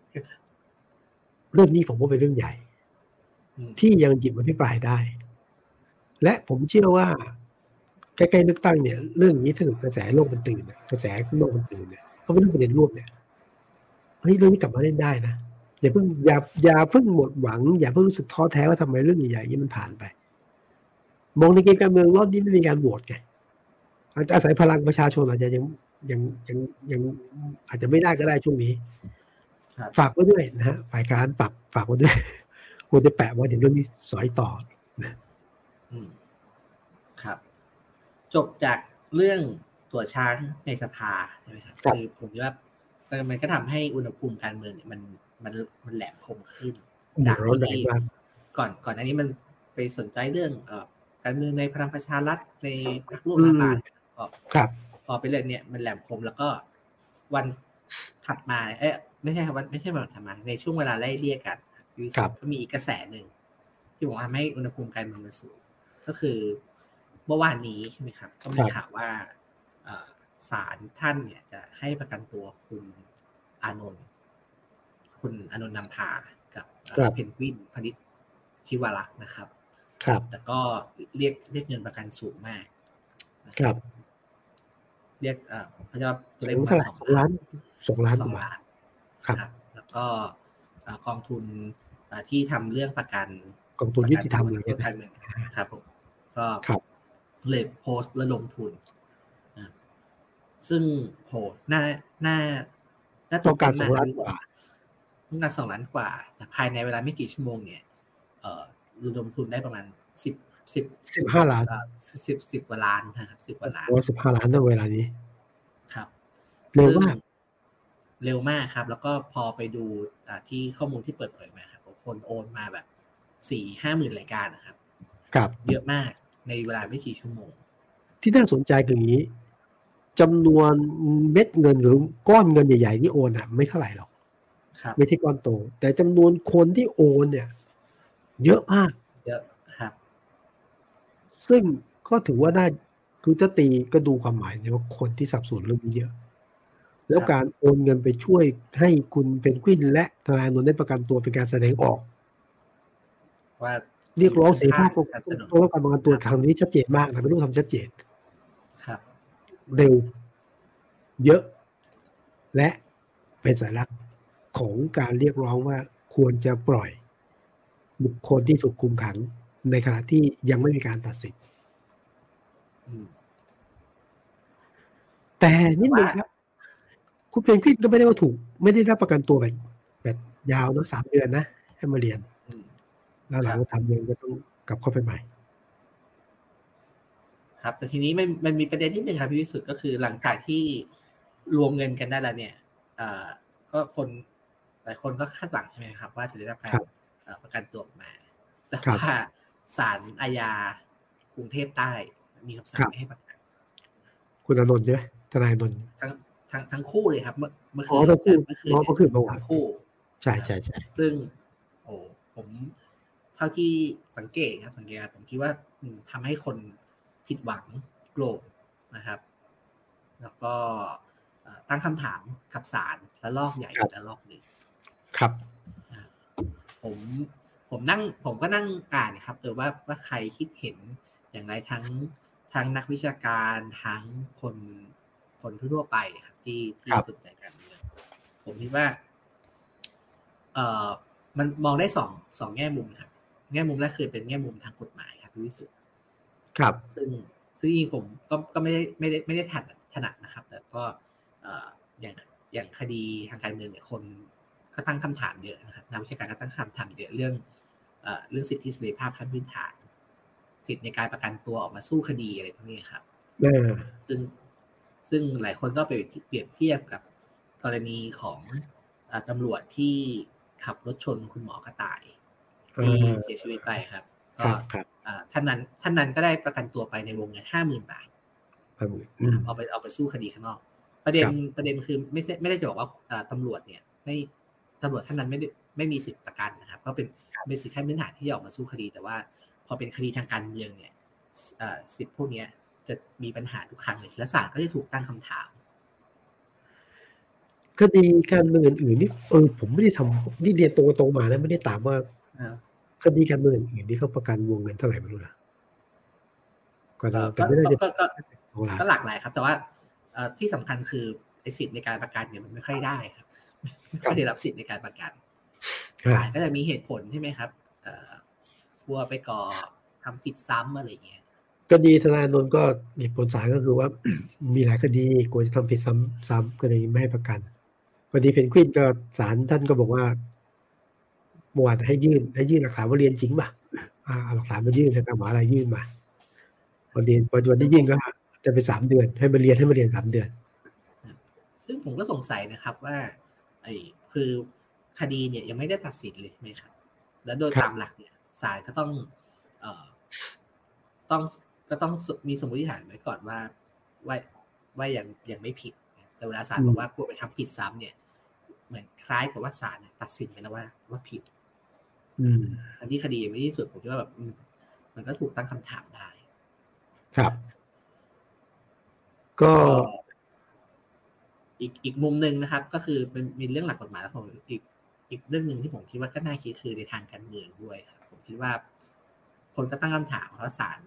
เรื่องนี้ผมว่าเป็นเรื่องใหญ่ที่ยังหยิบมาอภิปรายได้และผมเชื่อว่าใกล้ๆเลือกตั้งเนี่ยเรื่องนี้ถ้าเกิดกระแสโลกมันตื่นกระแสข้างนอกมันตื่นเนี่ยเพราะเป็นเรื่องประเด็นร่วมเนี่ยเฮ้ยเรื่องนี้กลับมาเล่นได้นะอย่าเพิ่งอย่าอย่าเพิ่งหมดหวังอย่าเพิ่งรู้สึกท้อแท้ว่าทำไมเรื่องใหญ่ๆนี้มันผ่านไปมองในเกมการเมืองรอบนี้ไม่มีการโหวตไงอาศัยพลังประชาชนอาจจะยังยังยังยังอาจจะไม่ได้ก็ได้ช่วงนี้ฝากไว้ด้วยนะฮะฝ่ายการปรับฝากไว้ด้วยควรจะแปะไว้เดี๋ยวเรื่องนี้สอยต่อนะอืมครับจบจากเรื่องตัวช้างในสภาใช่ไหมครับคือผมว่ามันก็ทำให้อุณหภูมิการเมืองเนี่ยมันมันมันแหลมคมขึ้นจากที่ก่อนก่อนอันนี้มันไปสนใจเรื่องเอ่อการเมืองในพลังประชารัฐในพรรคร่วมรัฐบาลครับพอไปเรื่องเนี้ยมันแหลมคมแล้วก็วันถัดมาเอ๊ะไม่ใช่ครับวันไม่ใช่วันถัดมาในช่วงเวลาไล่เลี่ยกันก็มีอีกกระแสหนึ่งที่บอกว่าทำให้อุณหภูมิการเมืองมันสูงก็คือเมื่อวานนี้ใช่ไหมครับก็มีข่าวว่าศาลท่านเนี่ยจะให้ประกันตัวคุณอานนท์คุณอานนท์นำพากับเพนกวินพนิชชิวรักษ์นะครับครับแต่ก็เรียกเรียกเงินประกันสูงมากครับเรียกเอ่อเขาจะตัวเลขประมาณสองล้านสองล้านบาทครับแล้วก็กองทุนที่ทำเรื่องประกันกองทุนยุติธรรมเลยนะครับผมก็เลยโพสต์ระดมทุนซึ่งโหน่าน่าน่าต้องการสองล้านกว่าต้องการสองล้านกว่าแต่ภายในเวลาไม่กี่ชั่วโมงเนี่ยเอ่อระดมทุนได้ประมาณสิบสิบสิบห้าล้านสิบสิบกว่าล้านนะครับสิบกว่าล้านโอ้สิบห้าล้านในเวลานี้ครับเร็วมากเร็วมากครับแล้วก็พอไปดูที่ข้อมูลที่เปิดเผยมาครับคนโอนมาแบบสี่ห้าหมื่นรายการนะครับครับเยอะมากในเวลาไม่กี่ชั่วโมงที่น่าสนใจคืออย่างนี้จำนวนเม็ดเงินหรือก้อนเงินใหญ่ๆที่โอนอ่ะไม่เท่าไหร่หรอกไม่ใช่ก้อนโตแต่จำนวนคนที่โอนเนี่ยเยอะมากเยอะครับซึ่งก็ถือว่าได้คือถ้าตีก็ดูความหมายเนี่ยว่าคนที่สับสนเรื่องนี้เยอะแล้วการโอนเงินไปช่วยให้คุณเพนกวินและทนายนนท์ได้ประกันตัวเป็นการแสดงออกว่าเรียกร้องเสรีภาพตัวการประกันตัวทางนี้ชัดเจนมากนะเป็นรูปทำชัดเจนครับเร็วเยอะและเป็นสัญลักษณ์ของการเรียกร้องว่าควรจะปล่อยบุคคลที่ถูกคุมขังในขณะที่ยังไม่มีการตัดสินแต่นิดนึงครับคุณเพนกวินก็ไม่ได้ว่าถูกไม่ได้รับประกันตัวแบบแบบยาวนะสามเดือนนะให้มาเรียนแล้วหลังสามเดือนก็ต้องกลับเข้าไปใหม่ครับแต่ทีนี้มันมันมีประเด็นนิดนึงครับพี่วิสุทธ์ก็คือหลังจากที่รวมเงินกันได้แล้วเนี่ยก็คนหลายคนก็คาดหวังใช่ไหมครับว่าจะได้รับการประกันตัวมาแต่ว่าศาลอาญากรุงเทพใต้มีคำสั่งไม่ให้ประกันคุณอานนท์ใช่ไหมทนายนนท์ทั้งทั้งทั้งคู่เลยครับเมื่อเมื่อคืนอ๋อทั้งคู่เมื่อคืนเมื่อคืนเมื่อวานทั้งคู่ใช่ใช่ใช่ซึ่งโอ้ผมเท่าที่สังเกตครับสังเกตผมคิดว่าทำให้คนผิดหวังโกรธนะครับแล้วก็ตั้งคำถามกับศาลและลอกใหญ่และลอกหนึ่งครับผมผมนั่งผมก็นั่งอ่านนะครับเออว่าว่าใครคิดเห็นอย่างไรทั้งทั้งนักวิชาการทั้งคนคนทั่วไปครับที่ที่สนใจการเมืองผมคิดว่าเอ่อมันมองได้สองสองแง่มุมครับแง่มุมแรกคือเป็นแง่มุมทางกฎหมายครับพี่วิสุทธิ์ครับซึ่งซึ่งจริงผมก็ก็ไม่ได้ไม่ได้ไม่ได้ถนัดถนัดนะครับแต่ก็เอ่ออย่างอย่างคดีทางการเมืองเนี่ยคนก็ตั้งคำถามเยอะนะครับนักวิชาการก็ตั้งคำถามเยอะเรื่องเอ่อเรื่องสิทธิเสรีภาพขั้นพื้นฐานสิทธิในการประกันตัวออกมาสู้คดีอะไรพวกนี้ครับซึ่งซึ่งหลายคนก็ไปเปรียบเทียบกับกรณีของตำรวจที่ขับรถชนคุณหมอกระต่ายที่เสียชีวิตไปครับก็ท่านนั้นท่านนั้นก็ได้ประกันตัวไปในวงเงินห้าหมื่นบาทเอาไปเอาไปสู้คดีข้างนอกประเด็นประเด็นคือไม่ใช่ไม่ได้จะบอกว่าตำรวจเนี่ยไม่ตำรวจท่านนั้นไม่ได้ไม่มีสิทธิประกันนะครับก็เป็นเป็นสิทธิขั้นพื้นฐานที่จะออกมาสู้คดีแต่ว่าพอเป็นคดีทางการเมืองเนี่ยสิทธิพวกนี้จะมีปัญหาทุกครั้งเลยและศาลก็จะถูกตั้งคำถามคดีการเมืองอื่นนี่เออผมไม่ได้ทำนี่เรียนตรงตรงมานะไม่ได้ตามว่าคดีการเมืองอื่นที่เขาประกันวงเงินเท่าไหร่ไม่รู้นะก็แต่ไม่ได้ก็หลากหลายครับแต่ว่าที่สำคัญคือไอ้สิทธิ์ในการประกันเนี่ยมันไม่ค่อยได้ครับไม่ค่อยได้รับสิทธิ์ในการประกันศาลก็จะมีเหตุผลใช่ไหมครับกลัวไปก่อทำผิดซ้ำอะไรอย่างเงี้ยคดีธนาโนนก็เหตุผลศาลก็คือว่ามีหลายคดีกลัวจะทำผิดซ้ำๆก็เลยไม่ให้ประกันคดีเพนกวินก็ศาลท่านก็บอกว่าเมื่อวานให้ยื่นให้ยื่นหลักฐานว่าเรียนจริงป่ะเอาหลักฐานมายื่นทางมหาวิทยาลัยยื่นมาพอเรียนพอวันได้ยื่นก็จะไปสามเดือนให้มาเรียนให้มาเรียนสามเดือนซึ่งผมก็สงสัยนะครับว่าไอ้คือคดีเนี่ยยังไม่ได้ตัดสินเลยใช่ไหมครับแล้วโดยตามหลักเนี่ยศาลก็ต้องเอ่อต้องก็ต้องมีสมมติฐานไว้ก่อนว่าว่าว่ายังยังไม่ผิดแต่เวลาศาลบอกว่ากลัวไปทำผิดซ้ำเนี่ยเหมือนคล้ายกับว่าศาลตัดสินไปแล้วว่าว่าผิดอันที่คดียังไม่ที่สุดผมคิดว่าแบบมันก็ถูกตั้งคำถามได้ครับก็อีกอีกมุมหนึ่งนะครับก็คือเป็นมีเรื่องหลักกฎหมายแล้วผมอีกอีกเรื่องหนึ่งที่ผมคิดว่าก็น่าคิดคือในทางการเมืองด้วยครับผมคิดว่าคนก็ตั้งคำถามว่าศาล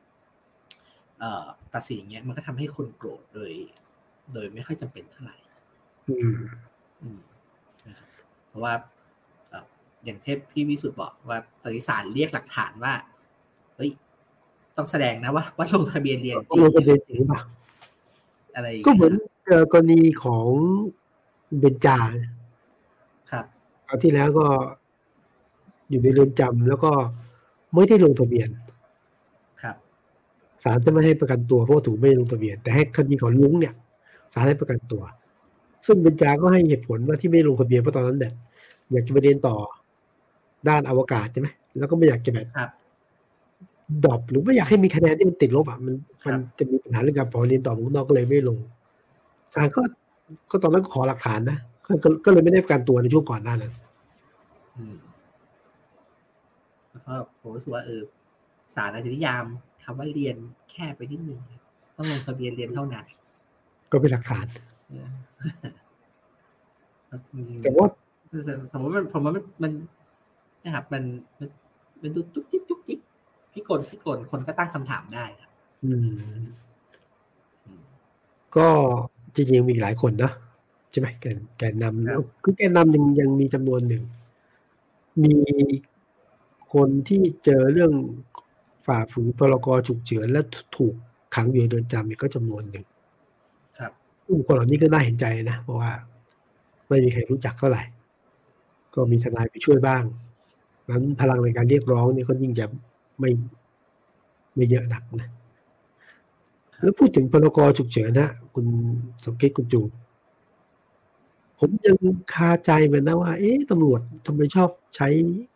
ตัดสินอย่างเงี้ยมันก็ทำให้คนโกรธโดยโดยไม่ค่อยจำเป็นเท่าไหร่นะครับเพราะว่าอย่างเทพพี่วิสุทธ์บอกว่าตอนนี้ศาลเรียกหลักฐานว่าเฮ้ยต้องแสดงนะว่าว่าลงทะเบียนเรียนจริงลงทะเบียนจริงป่ะอะไรก็เหมือนกรณีของเบญจาครับคราวที่แล้วก็อยู่ในเรือนจำแล้วก็ไม่ได้ลงทะเบียนครับศาลจะไม่ให้ประกันตัวเพราะถูกไม่ลงทะเบียนแต่ให้คดีของลุงเนี่ยศาลให้ประกันตัวซึ่งเบญจาก็ให้เหตุผลว่าที่ไม่ลงทะเบียนเพราะตอนนั้นเนี่ยอยากจะไปเรียนต่อด้านอวกาศใช่ไหมแล้วก็ไม่อยากจะแบบดรอปหรือไม่อยากให้มีคะแนนที่มันติดลบอ่ะมันมันจะมีปัญหาเรื่องการพอเรียนต่อของน้องก็เลยไม่ลงศาลก็ก็ตอนนั้นขอหลักฐานนะก็ก็เลยไม่ได้ประกันตัวในช่วงก่อนหน้านั้นแล้วก็ผมรู้สึกว่าเออศาลอาจจะนิยามคำว่าเรียนแค่ไปนิดนึงต้องลงทะเบียนเรียนเท่านั้นก็เป็นหลักฐานแต่ว่าสมมติมันผมว่ามันมันนะครับมันมันมันดูจุ๊กจิ๊กจุ๊กจิ๊กพี่กลพี่กลคนก็ตั้งคำถามได้ครับอืมก็จริงๆมีหลายคนนะใช่ไหมแกนแกนนำคือแกนนำยังยังมีจำนวนหนึ่งมีคนที่เจอเรื่องฝ่าฝืนพรกฉุกเฉินและถูกขังอยู่ในเรือนจำอีกก็จำนวนหนึ่งครับคนเหล่านี้ก็น่าเห็นใจนะเพราะว่าไม่มีใครรู้จักเท่าไหร่ก็มีทนายไปช่วยบ้างนั้นพลังในการเรียกร้องเนี่ยก็ยิ่งจะไม่ไม่เยอะนักนะแล้วพูดถึงพรกฉุกเฉินนะคุณสมคิดคุณจูผมยังคาใจเหมือนนะว่าเอ๊ะตำรวจทำไมชอบใช้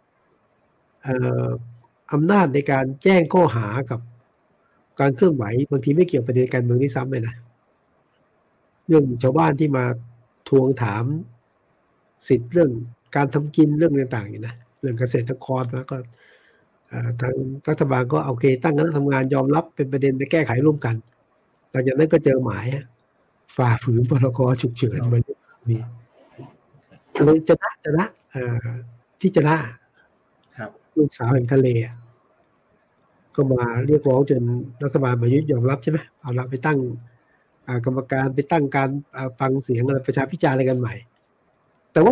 อำนาจในการแจ้งข้อหากับการเคลื่อนไหวบางทีไม่เกี่ยวประเด็นการเมืองที่ซ้ำเลยนะเรื่องชาวบ้านที่มาทวงถามสิทธิ์เรื่องการทำกินเรื่องต่างๆอยู่นะเรื่องเกษตรกรแล้วก็ทางรัฐบาลก็โอเคตั้งคณะทำงานยอมรับเป็นประเด็นไปแก้ไขร่วมกันหลังจากนั้นก็เจอหมายฝ่าฝืนพรกฉุกเฉินมานี่เลยจะนะจะนะที่จะนะลูกสาวแห่งทะเลก็มาเรียกร้องจนรัฐบาลมายึดยอมรับใช่ไหมเอาละไปตั้งกรรมการไปตั้งการฟังเสียงอะไรประชาพิจารณ์อะไรกันใหม่แต่ว่า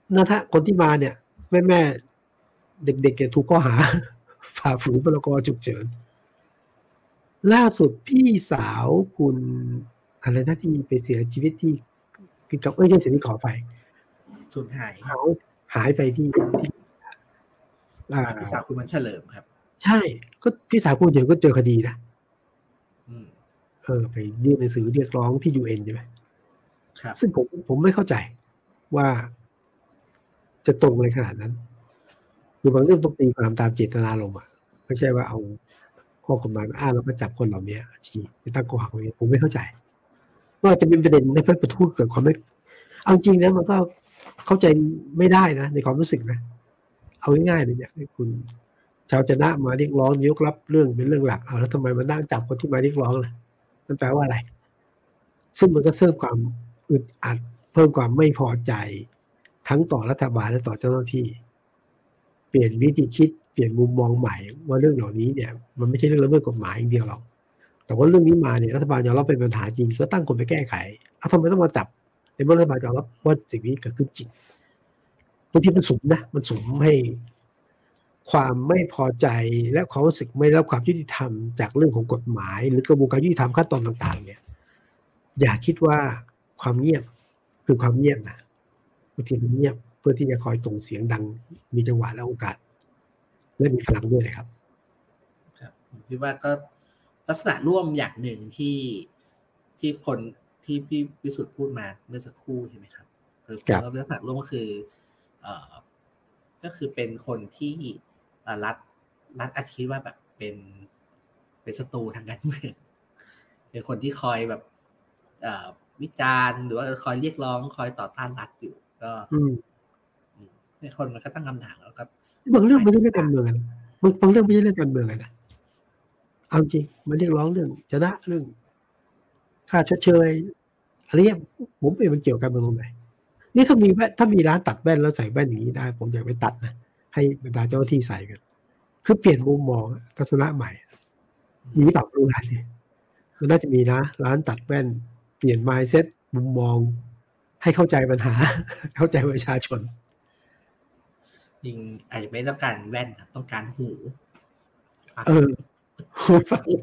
นะถ้าคนที่มาเนี่ยแม่แม่เด็กๆเนี่ยถูกข้อหาฝ่าฝืนพรกฉุกเฉินล่าสุดพี่สาวคุณอะไรนะที่ไปเสียชีวิตที่ที่กับเอ้ยไม่ใช่เสียที่ขอไปสูญหายหายหายไปที่ที่อ่าพี่สาวคุณมันเฉลิมครับใช่ก็พี่สาวคุณเฉลิมก็เจอคดีนะอืมเออไปยื่นหนังสือเรียกร้องที่ ยู เอ็น ใช่ไหมครับซึ่งผมผมไม่เข้าใจว่าจะตรงเลยขนาดนั้นคือบางเรื่องต้องตีความตามเจตนารมณ์อ่ะไม่ใช่ว่าเอาข้อกฎหมายมาอ้างแล้วก็จับคนเหล่านี้ชี้ไปตั้งข้อหาคนนี้ผมไม่เข้าใจว่าจะเป็นประเด็นในเพื่อประทุเกิดความไม่เอาจริงนะมันก็เข้าใจไม่ได้นะในความรู้สึกนะเอาง่ายๆเลยเนี่ยคุณชาวจะนะมาเรียกร้องยกรับเรื่องเป็นเรื่องหลักเอาแล้วทำไมมานั่งจับคนที่มาเรียกร้องล่ะมันแปลว่าอะไรซึ่งมันก็เพิ่มความอึดอัดเพิ่มความไม่พอใจทั้งต่อรัฐบาลและต่อเจ้าหน้าที่เปลี่ยนวิธีคิดเปลี่ยนมุมมองใหม่ว่าเรื่องเหล่านี้เนี่ยมันไม่ใช่เรื่องละเมิดกฎหมายอย่างเดียวหรอกแต่ว่าเรื่องนี้มาเนี่ยรัฐบาลยอมรับเป็นปัญหาจริงก็ตั้งคนไปแก้ไขเอาทำไมต้องมาจับในเมื่อรัฐบาลยอมรับว่าสิ่งนี้เกิดขึ้นจริงบางทีมันสุมนะมันสุมให้ความไม่พอใจและความรู้สึกไม่ได้รับความยุติธรรมจากเรื่องของกฎหมายหรือกระบวนการยุติธรรมขั้นตอนต่างๆเนี่ยอย่าคิดว่าความเงียบคือความเงียบนะบางทีมันเงียบเพื่อที่จะคอยส่งเสียงดังมีจังหวะและโอกาสและมีพลังด้วยเลยครับครับผมคิดว่าก็ลักษณะร่วมอย่างหนึ่งที่ที่คนที่พี่วิสุทธ์พูดมาเมื่อสักครู่ใช่ไหมครับคือลักษณะร่วมก็คือเอ่อก็คือเป็นคนที่รัฐรัฐอาจจะคิดว่าแบบเป็นเป็นศัตรูทางการเมืองเป็นคนที่คอยแบบวิจารณ์หรือว่าคอยเรียกร้องคอยต่อต้านรัฐอยู่ก็ในคนมันก็ตั้งคำถามแล้วครับบางเรื่องไม่ใช่เรื่องการเมืองนะบางเรื่องไม่ใช่เรื่องการเมืองนะเอาจริงมันเรียกร้องเรื่องชนะเรื่องค่าชดเชยอะไรเงี้ยผมเองมันเกี่ยวกันตรงไหนนี่ถ้ามีแว่นถ้ามีร้านตัดแว่นแล้วใส่แว่นอย่างนี้ได้ผมอยากไปตัดนะให้บรรดาเจ้าหน้าที่ใส่กันคือเปลี่ยนมุมมองทัศนะใหม่มีหรือเปล่าไม่รู้ร้านนี้มันน่าจะมีนะร้านตัดแว่นเปลี่ยน mindset มุมมองให้เข้าใจปัญหาเข้าใจประชาชนจริงอาจจะไม่ต้องการแว่นครับต้องการหูเออหูฟัง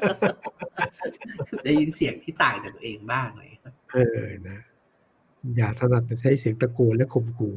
ได้ยินเสียงที่ต่างจากตัวเองบ้างเลยเออนะอย่าถนัดใช้เสียงตะโกนและข่มขู่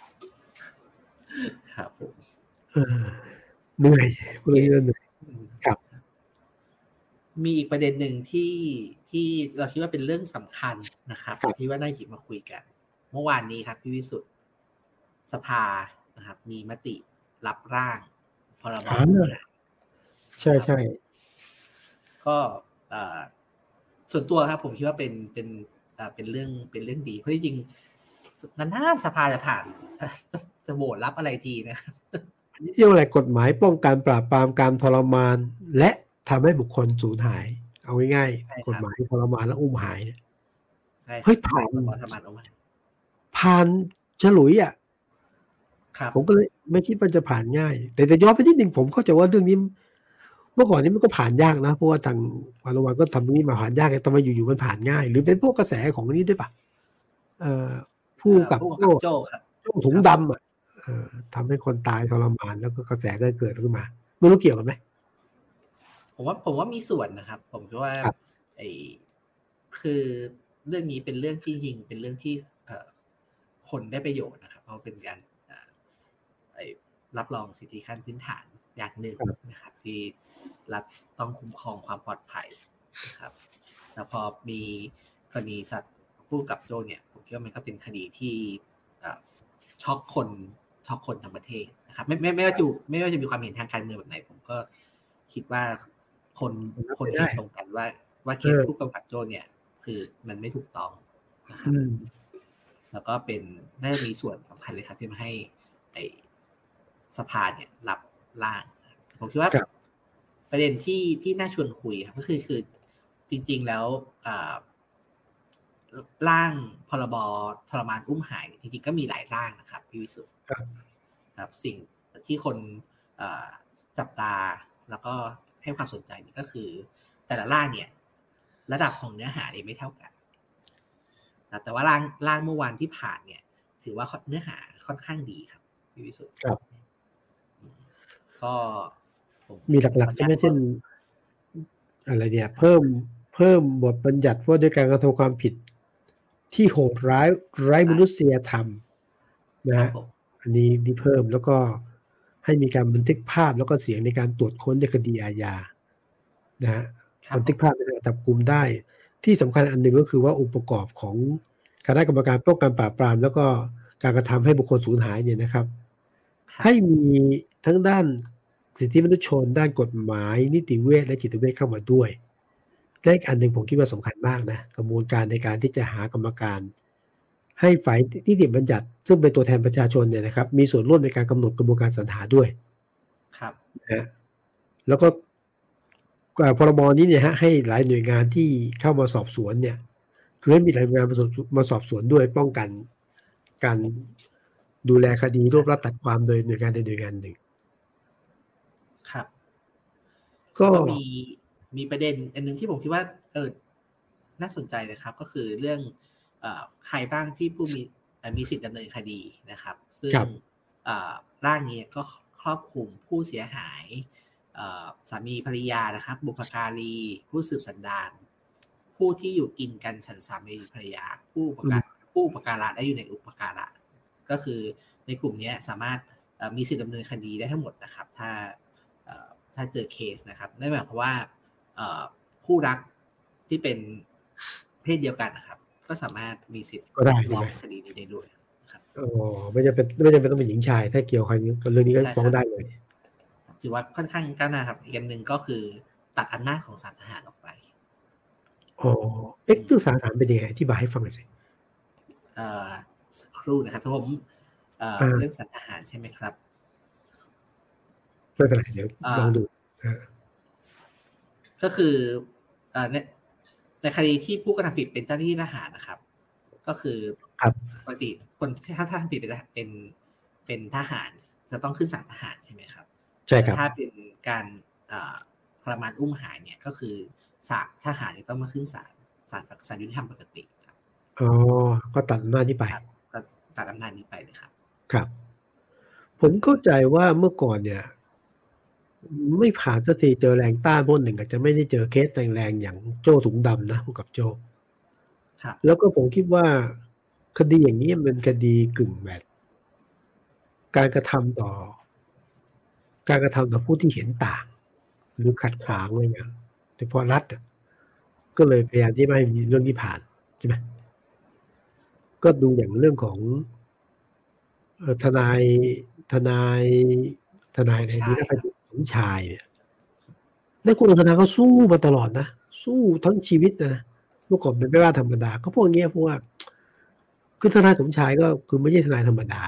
ครับผมเหนื่อยพวกนี้เหนื่อยครับมีอีกประเด็นหนึ่งที่ที่เราคิดว่าเป็นเรื่องสำคัญนะครับที่ว่าน่าหยิบมาคุยกันเมื่อวานนี้ครับพี่วิสุทธ์สภานะครับมีมติรับร่างพรบใช่ใช่ก็ส่วนตัวครับผมคิดว่าเป็นเป็นเป็นเรื่องเป็นเรื่องดีเพราะจริงๆนานๆสภาจะผ่านจะจะโหวตรับอะไรทีนะครับนี่เรียกว่าอะไรกฎหมายป้องกันปราบปรามการทรมานและทำให้บุคคลสูญหายเอาง่ายๆกฎหมายทรมานและอุ้มหายเนี่ยเฮ้ยผ่านผ่านฉลุยอ่ะผมก็เลยไม่คิดว่าจะผ่านง่ายแต่แต่ย้อนไปนิดนึงผมเข้าใจว่าเรื่องนี้เมื่อก่อนนี้มันก็ผ่านยากนะเพราะว่าทางวารวันก็ทำนี้มาผ่านยากแต่มาอยู่ๆมันผ่านง่ายหรือเป็นพวกกระแสของนี้ด้วยป่ะเอ่อผู้กับโจ้ครับโจ้ถุงดำอ่ะทำให้คนตายทรมานแล้วก็กระแสก็เกิดขึ้นมาไม่รู้เกี่ยวกันไหมผมว่าผมว่ามีส่วนนะครับผมคิดว่าไอ้คือเรื่องนี้เป็นเรื่องที่จริงเป็นเรื่องที่คนได้ประโยชน์นะครับเพราะเป็นการรับรองสิทธิขั้นพื้นฐานอย่างหนึ่งนะครับที่รัฐต้องคุ้มครองความปลอดภัยนะครับแล้วพอมีกรณีสัตว์ผู้กับโจเนี่ยผมคิดว่ามันก็เป็นคดีที่ช็อกคนช็อกคนทั้งประเทศนะครับไม่ไม่ไม่ว่าจะไม่ว่าจะมีความเห็นทางการเมืองแบบไหนผมก็คิดว่าคนคนเห็นตรงกันว่าว่าเคสผู้กำกับโจเนี่ยคือมันไม่ถูกต้องนะครับแล้วก็เป็นน่าจะมีส่วนสำคัญเลยครับที่มาให้ไอสภาเนี่ยรับร่างผมคิดว่าประเด็นที่ที่น่าชวนคุยครับก็คือคือจริงๆแล้วร่างพรบทรมานอุ้มหายจริงๆก็มีหลายร่างนะครับพี่วิสุทธ์ครับสิ่งที่คนจับตาแล้วก็ให้ความสนใจก็คือแต่ละร่างเนี่ยระดับของเนื้อหาเนี่ยไม่เท่ากันแต่ว่าร่างร่างเมื่อวานที่ผ่านเนี่ยถือว่าเนื้อหาค่อนข้างดีครับพี่วิสุทธิ์ครับก็มีหลักๆใช่ไหมเช่นอะไรเนี่ยเพิ่มเพิ่มบทบัญญัติว่าด้วยการกระทำความผิดที่โหดร้ายไร้มนุษยธรรมนะฮะอันนี้ที่เพิ่มแล้วก็ให้มีการบันทึกภาพแล้วก็เสียงในการตรวจค้นในคดีอาญานะฮะบันทึกภาพในการจับกุมได้ที่สำคัญอันหนึ่งก็คือว่าองค์ประกอบของคณะกรรมการป้องกันปราบปรามแล้วก็การกระทำให้บุคคลสูญหายเนี่ยนะครับให้มีทั้งด้านสิทธิมนุษยชนด้านกฎหมายนิติเวชและจิตเวชเข้ามาด้วยและอีกอันหนึ่งผมคิดว่าสำคัญมากนะกระบวนการในการที่จะหากรรมการให้ฝ่ายนิติบัญญัติซึ่งเป็นตัวแทนประชาชนเนี่ยนะครับมีส่วนร่วมในการกำหนดกระบวนการสรรหาด้วยครับนะแล้วก็พรบนี้เนี่ยฮะให้หลายหน่วยงานที่เข้ามาสอบสวนเนี่ยคือให้มีหลายหน่วยงานมาสอบสวนด้วยป้องกันการดูแลคดีรวบรัดตัดความโดยหน่วยงานใดหน่วยงานหนึ่งครับก็มีมีประเด็นอันนึงที่ผมคิดว่าเออน่าสนใจนะครับก็คือเรื่องเอ่อใครบ้างที่ผู้มีมีสิทธิ์ดำเนินคดีนะครับซึ่งร่างนี้ก็ครอบคลุมผู้เสียหายสามีภรรยานะครับบุพการีผู้สืบสันดานผู้ที่อยู่กินกันฉันสามีภรรยาผู้ประกาศผู้อุปการะและอยู่ในอุปการะก็คือในกลุ่มนี้สามารถมีสิทธิ์ดำเนินคดีได้ทั้งหมดนะครับถ้าถ้าเจอเคสนะครับนั่นหมายความว่าคู่รักที่เป็นเพศเดียวกันนะครับก็สามารถมีสิทธิ์ฟ้องคดีนี้ได้ด้วยครับอ๋อไม่จำเป็นไม่จำเป็นต้องเป็นหญิงชายถ้าเกี่ยวกับเรื่องนี้ก็ฟ้องได้เลยถือว่าค่อนข้างก้าวหน้าครับอีกอันหนึ่งก็คือตัดอำนาจของศาลทหารออกไปอ๋อเอ๊ะตัวศาลทหารเป็นยังไงอธิบายให้ฟังหน่อยสิเอ่อสักครู่นะครับผมเอ่อเรื่องศาลทหารใช่ไหมครับไม่เป็นไรเดี๋ยวลองดูก็คือในในคดีที่ผู้กระทำผิดเป็นเจ้าหน้าที่ทหารนะครับก็คือปกติคนถ้าท่านผิดเป็นเป็นเป็นทหารจะต้องขึ้นศาลทหารใช่ไหมครับใช่ครับถ้าเป็นการทรมานอุ้มหายเนี่ยก็คือศาลทหารจะต้องมาขึ้นศาลศาลศาลยุติธรรมปกติครับอ๋อก็ตัดอำนาจนี้ไปก็ตัดอำนาจนี้ไปเลยครับครับผมเข้าใจว่าเมื่อก่อนเนี่ยไม่ผ่านสักทีเจอแรงต้านพวกหนึ่งอาจจะไม่ได้เจอเคสแรงๆอย่างโจ้ถุงดำนะผู้กับโจ้แล้วก็ผมคิดว่าคดีอย่างนี้มันเป็นคดีกึ่งแบบการกระทำต่อการกระทำต่อผู้ที่เห็นต่างหรือขัดขวางอะไรอย่างโดยเฉพาะรัฐก็เลยพยายามที่ไม่ให้มีเรื่องนี้ผ่านใช่ไหมก็ดูอย่างเรื่องของทนายทนายทนายในนี้นะสมชายเนี่ยในคุณธนาเขาสู้มาตลอดนะสู้ทั้งชีวิตนะเมื่อก่อนเป็นไม่ว่าธรรมดาก็พวกนี้เพราะว่าคือทนายสมชายก็คือไม่ใช่ทนายธรรมดา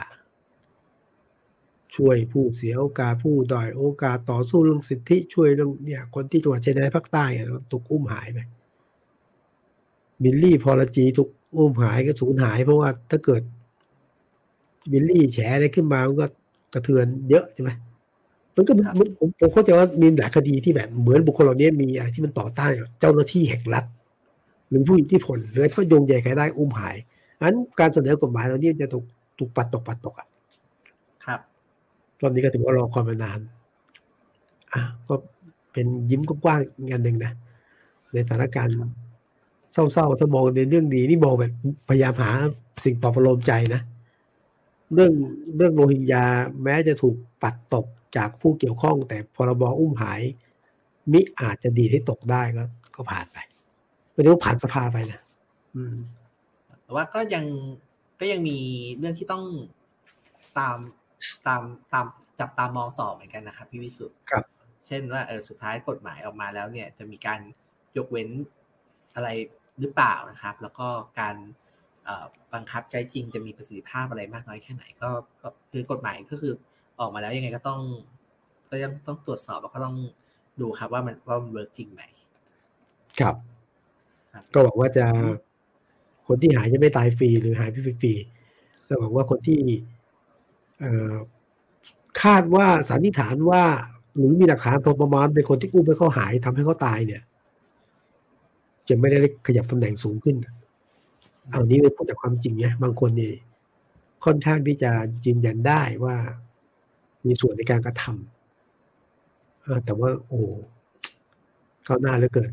ช่วยผู้เสียโอกาสผู้ด้อยโอกาสต่อสู้เรื่องสิทธิช่วยเรื่องเนี่ยคนที่จังหวัดชายแดนภาคใต้ถูกอุ้มหายไปบิลลี่พอลจีถูกอุ้มหายก็สูญหายเพราะว่าถ้าเกิดบิลลี่แฉอะไรขึ้นมามันก็กระเทือนเยอะใช่ไหมมันก็ผมผมเข้าใจว่ามีหลายคดีที่แบบเหมือนบุคคลเหล่านี้มีอะไรที่มันต่อต้านเจ้าหน้าที่แห่งรัฐหรือผู้อิทธิพลหรือถ้าโยงใหญ่ใครได้อุ้มหายอันการเสนอกฎหมายเหล่านี้จะถูกถูกปัดตกปัดตกอ่ะครับรอบนี้ก็ถือว่ารอคอยมานานอ่ะก็เป็นยิ้มกว้างๆงานหนึ่งนะในสถานการณ์เศร้าๆถ้ามองในเรื่องดีนี่มองแบบพยายามหาสิ่งปลอบประโลมใจนะเรื่องเรื่องโรฮิงญาแม้จะถูกปัดตกจากผู้เกี่ยวข้องแต่พรบอุ้มหายมิอาจจะดีให้ตกได้ก็ก็ผ่านไปไม่ได้ว่าผ่านสภาไปนะอืมแต่ว่าก็ยังก็ยังมีเรื่องที่ต้องตามตามตามจับตามองต่อเหมือนกันนะครับพี่วิสุทธิ์ครับเช่นว่าเออสุดท้ายกฎหมายออกมาแล้วเนี่ยจะมีการยกเว้นอะไรหรือเปล่านะครับแล้วก็การบังคับใช้จริงจะมีประสิทธิภาพอะไรมากน้อยแค่ไหนก็คือกฎหมายก็คือออกมาแล้วยังไงก็ต้องก็ยังต้องตรวจสอบแล้วก็ต้องดูครับว่ามันว่ามันเวิร์กจริงไหมครับก็บอกว่าจะคนที่หายจะไม่ตายฟรีหรือหายฟรีๆแล้วบอกว่าคนที่คาดว่าสันนิษฐานว่าหรือมีหลักฐานพอประมาณเป็นคนที่อุ้มให้เขาหายทำให้เขาตายเนี่ยจะไม่ได้ขยับตำแหน่งสูงขึ้นเอานี้เป็นผลจากความจริงไงบางคนนี่ค่อนข้างที่จะยืนยันได้ว่ามีส่วนในการกระทำแต่ว่าโอ้เข้าหน้าเหลือเกิน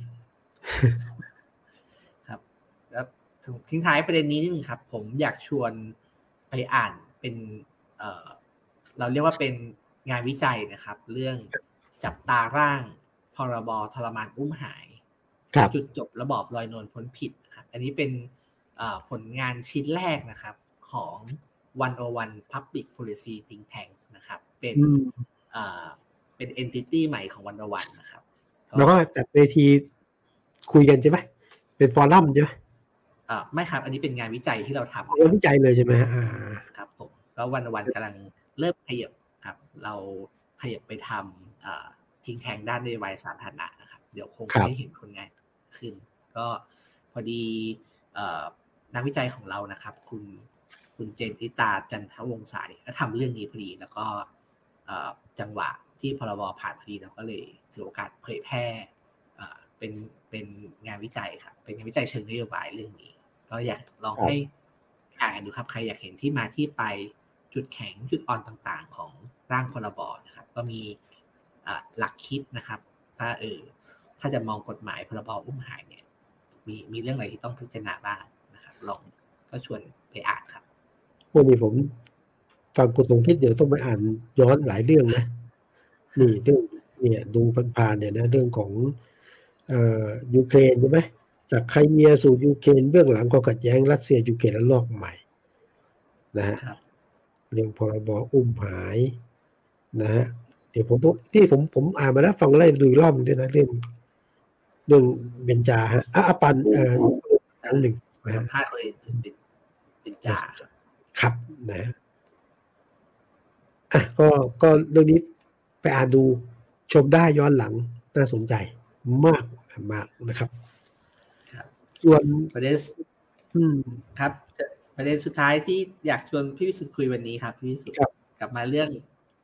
ครับแล้วทิ้งท้ายประเด็นนี้นิดนึงครับผมอยากชวนไปอ่านเป็นเอ่อเราเรียกว่าเป็นงานวิจัยนะครับเรื่องจับตาร่างพรบทรมานอุ้มหายจุดจบระบอบลอยนวลพ้นผิดครับอันนี้เป็นผลงานชิ้นแรกนะครับของหนึ่งศูนย์หนึ่ง Public Policy Think Tank นะครับเป็นเป็น entity ใหม่ของหนึ่งศูนย์หนึ่งนะครับแล้วก็จัดเวทีคุยกันใช่ไหมเป็นฟอรัมใช่ไหมอ่าไม่ครับอันนี้เป็นงานวิจัยที่เราทำงานวิจัยเลยใช่ไหมอ่าครับผมแล้ววันวันกำลังเริ่มขยับครับเราขยับไปทำอ่าทิ้งแทงด้านนโยบายสาธารณะนะครับเดี๋ยวคงได้เห็นผลงานขึ้นก็พอดีนักวิจัยของเรานะครับคุณคุณเจนติตาจันทวงศ์สายก็ทำเรื่องนี้พอดีแล้วก็จังหวะที่พรบผ่านพอดีเราก็เลยถือโอกาสเผยแพร่เป็นเป็นงานวิจัยครับเป็นงานวิจัยเชิงนโยบายเรื่องนี้ก็อยากลองให้อ่านดูครับใครอยากเห็นที่มาที่ไปจุดแข็งจุดอ่อนต่างๆของร่างพรบนะครับก็มีหลักคิดนะครับถ้าเออถ้าจะมองกฎหมายพรบอุ้มหายเนี่ยมีมีเรื่องอะไรที่ต้องพิจารณาบ้างนะครับลองก็ชวนไปอ่านครับวันนี้ผมฟังคุณตรงคิดเดี๋ยวต้องไปอ่านย้อนหลายเรื่องนะนี่เรื่องเนี่ยดูผ่านๆเนี่ยนะเรื่องของเอ่อยูเครนใช่ไหมจากไครเมียสู่ยูเครนเบื้องหลังความขัดแย้งรัสเซียยูเครนและลอกใหม่นะฮะเรื่องพรบอุ้มหายนะฮะเดี๋ยวผมที่ผมผมอ่านมาแล้วฟังไล่ดูอีกรอบนึงด้วยนะเรื่องเรื่องเบญจาฮะอ่ะปันเอ่ออันหนึ่งสัมภาษณ์คนอื่นถึงเป็นเบญจาครับนะอ่ะก็ก็เรื่องนี้ไปอ่านดูชมได้ย้อนหลังน่าสนใจมากมากนะครับส่วนประเด็นอืมครับประเด็นสุดท้ายที่อยากชวนพี่วิสุทธิ์คุยวันนี้ครับพี่วิสุทธิ์กลับมาเรื่อง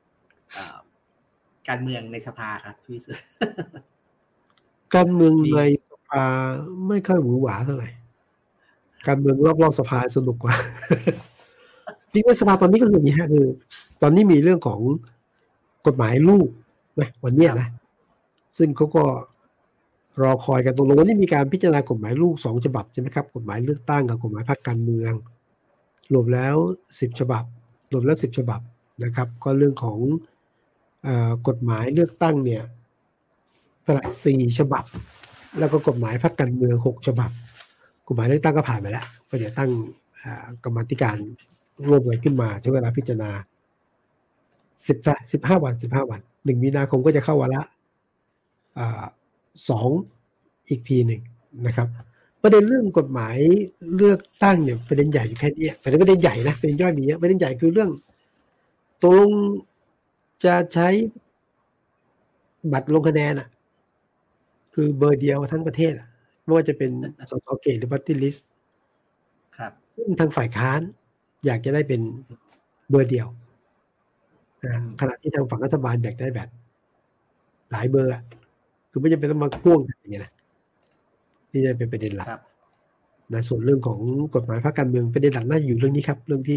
การเมืองในสภาครับพี่วิสุทธิ์การเมืองในสภาไม่ค่อยหวือหวาเท่าไหร่การเมืองรอบๆสภาสนุกกว่าจริงในสภาตอนนี้ก็คืออย่างนี้ฮะคือตอนนี้มีเรื่องของกฎหมายลูกนะวันนี้นะซึ่งเขาก็รอคอยกันตรงนั้นวันนี้มีการพิจารณากฎหมายลูกสองฉบับใช่ไหมครับกฎหมายเลือกตั้งกับกฎหมายพรรคการเมืองรวมแล้วสิบฉบับรวมแล้วสิบฉบับนะครับก็เรื่องของเอ่อกฎหมายเลือกตั้งเนี่ยสี่ฉบับแล้วก็กฎหมายพรรคการเมืองหกฉบับกฎหมายเลือกตั้งก็ผ่านไปแล้วก็เดี๋ยวตั้งกรรมธิการร่วมกันขึ้นมาใช้เวลาพิจารณาสิบสิบห้าวันสิบห้าวันหนึ่งมีนาคมก็จะเข้าวาระอ่าสองอีกทีหนึ่งนะครับประเด็นเรื่องกฎหมายเลือกตั้งเนี่ยประเด็นใหญ่อยู่แค่นี้แต่ประเด็นใหญ่นะประเด็นย่อยมีเยอะประเด็นใหญ่คือเรื่องตรงจะใช้บัตรลงคะแนนอ่ะคือเบอร์เดียวทั้งประเทศไม่ว่าจะเป็นสสเขตหรือปาร์ตี้ลิสต์ครับซึ่งทางฝ่ายค้านอยากจะได้เป็นเบอร์เดียวนะขณะที่ทางฝั่งรัฐบาลอยากได้แบบหลายเบอร์คือไม่จำเป็นต้องมาพ่วงกันอย่างเงี้ยนะนี่จะเป็นประเด็นหลักนะส่วนเรื่องของกฎหมายพรรคการเมืองประเด็นหลักน่าจะอยู่เรื่องนี้ครับเรื่องที่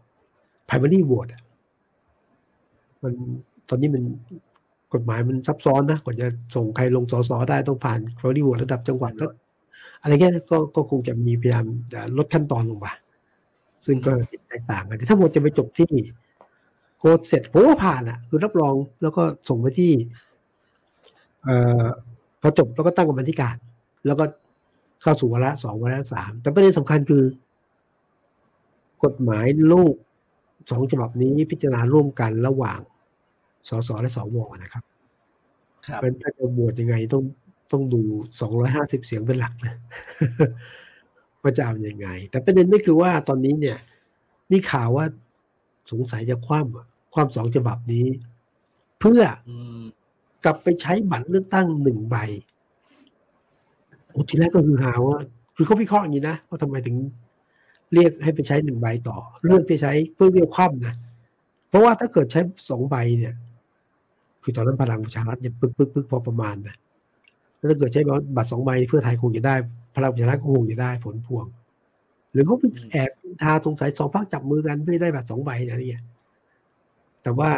primary vote มันตอนนี้มันกฎหมายมันซับซ้อนนะกว่าจะส่งใครลงสสได้ต้องผ่าน primary vote ระดับจังหวัดแล้วอะไรเงี้ยก็ก็คงจะมีพยายามลดขั้นตอนลงมาซึ่งก็แตกต่างกันแต่ถ้าหมดจะไปจบที่โค้ดเสร็จผมว่าผ่านอ่ะคือรับรองแล้วก็ส่งไปที่เอ่อพอจบแล้วก็ตั้งกรรมธิการแล้วก็เข้าสู่วาระสองวาระสามแต่ประเด็นสำคัญคือกฎหมายลูกสองฉบับนี้พิจารณาร่วมกันระหว่างสสและสวนะครับครับเป็นถ้าจะโหวตยังไงต้องต้องดูสองร้อยห้าสิบเสียงเป็นหลักนะว่าจะเอายังไงแต่ประเด็นนี่คือว่าตอนนี้เนี่ยมีข่าวว่าสงสัยจะคว่ำความสองฉบับนี้เพื่อกลับไปใช้บัตรเลือกตั้งหนึ่งใบโอ้ทีแรกก็คือหาว่าคือเขาวิเคราะห์อย่างนี้นะว่าทำไมถึงเรียกให้ไปใช้หนึ่งใบต่อเลือกที่ใช้เพื่อเรียกคว่ำนะเพราะว่าถ้าเกิดใช้สองใบเนี่ยคือตอนนั้นพลังประชารัฐเนี่ยปึ๊กปึ๊กปึ๊กพอประมาณนะถ้าเกิดใช้บัตรสองใบเพื่อไทยคงจะได้พลังประชารัฐคงจะได้ผลพวงรือเขาไปแอบทาสงสัยสองพรรคจับมือกันเพื่อได้บัตรสองใบอะไรอย่างเงี้ยแต่ว่า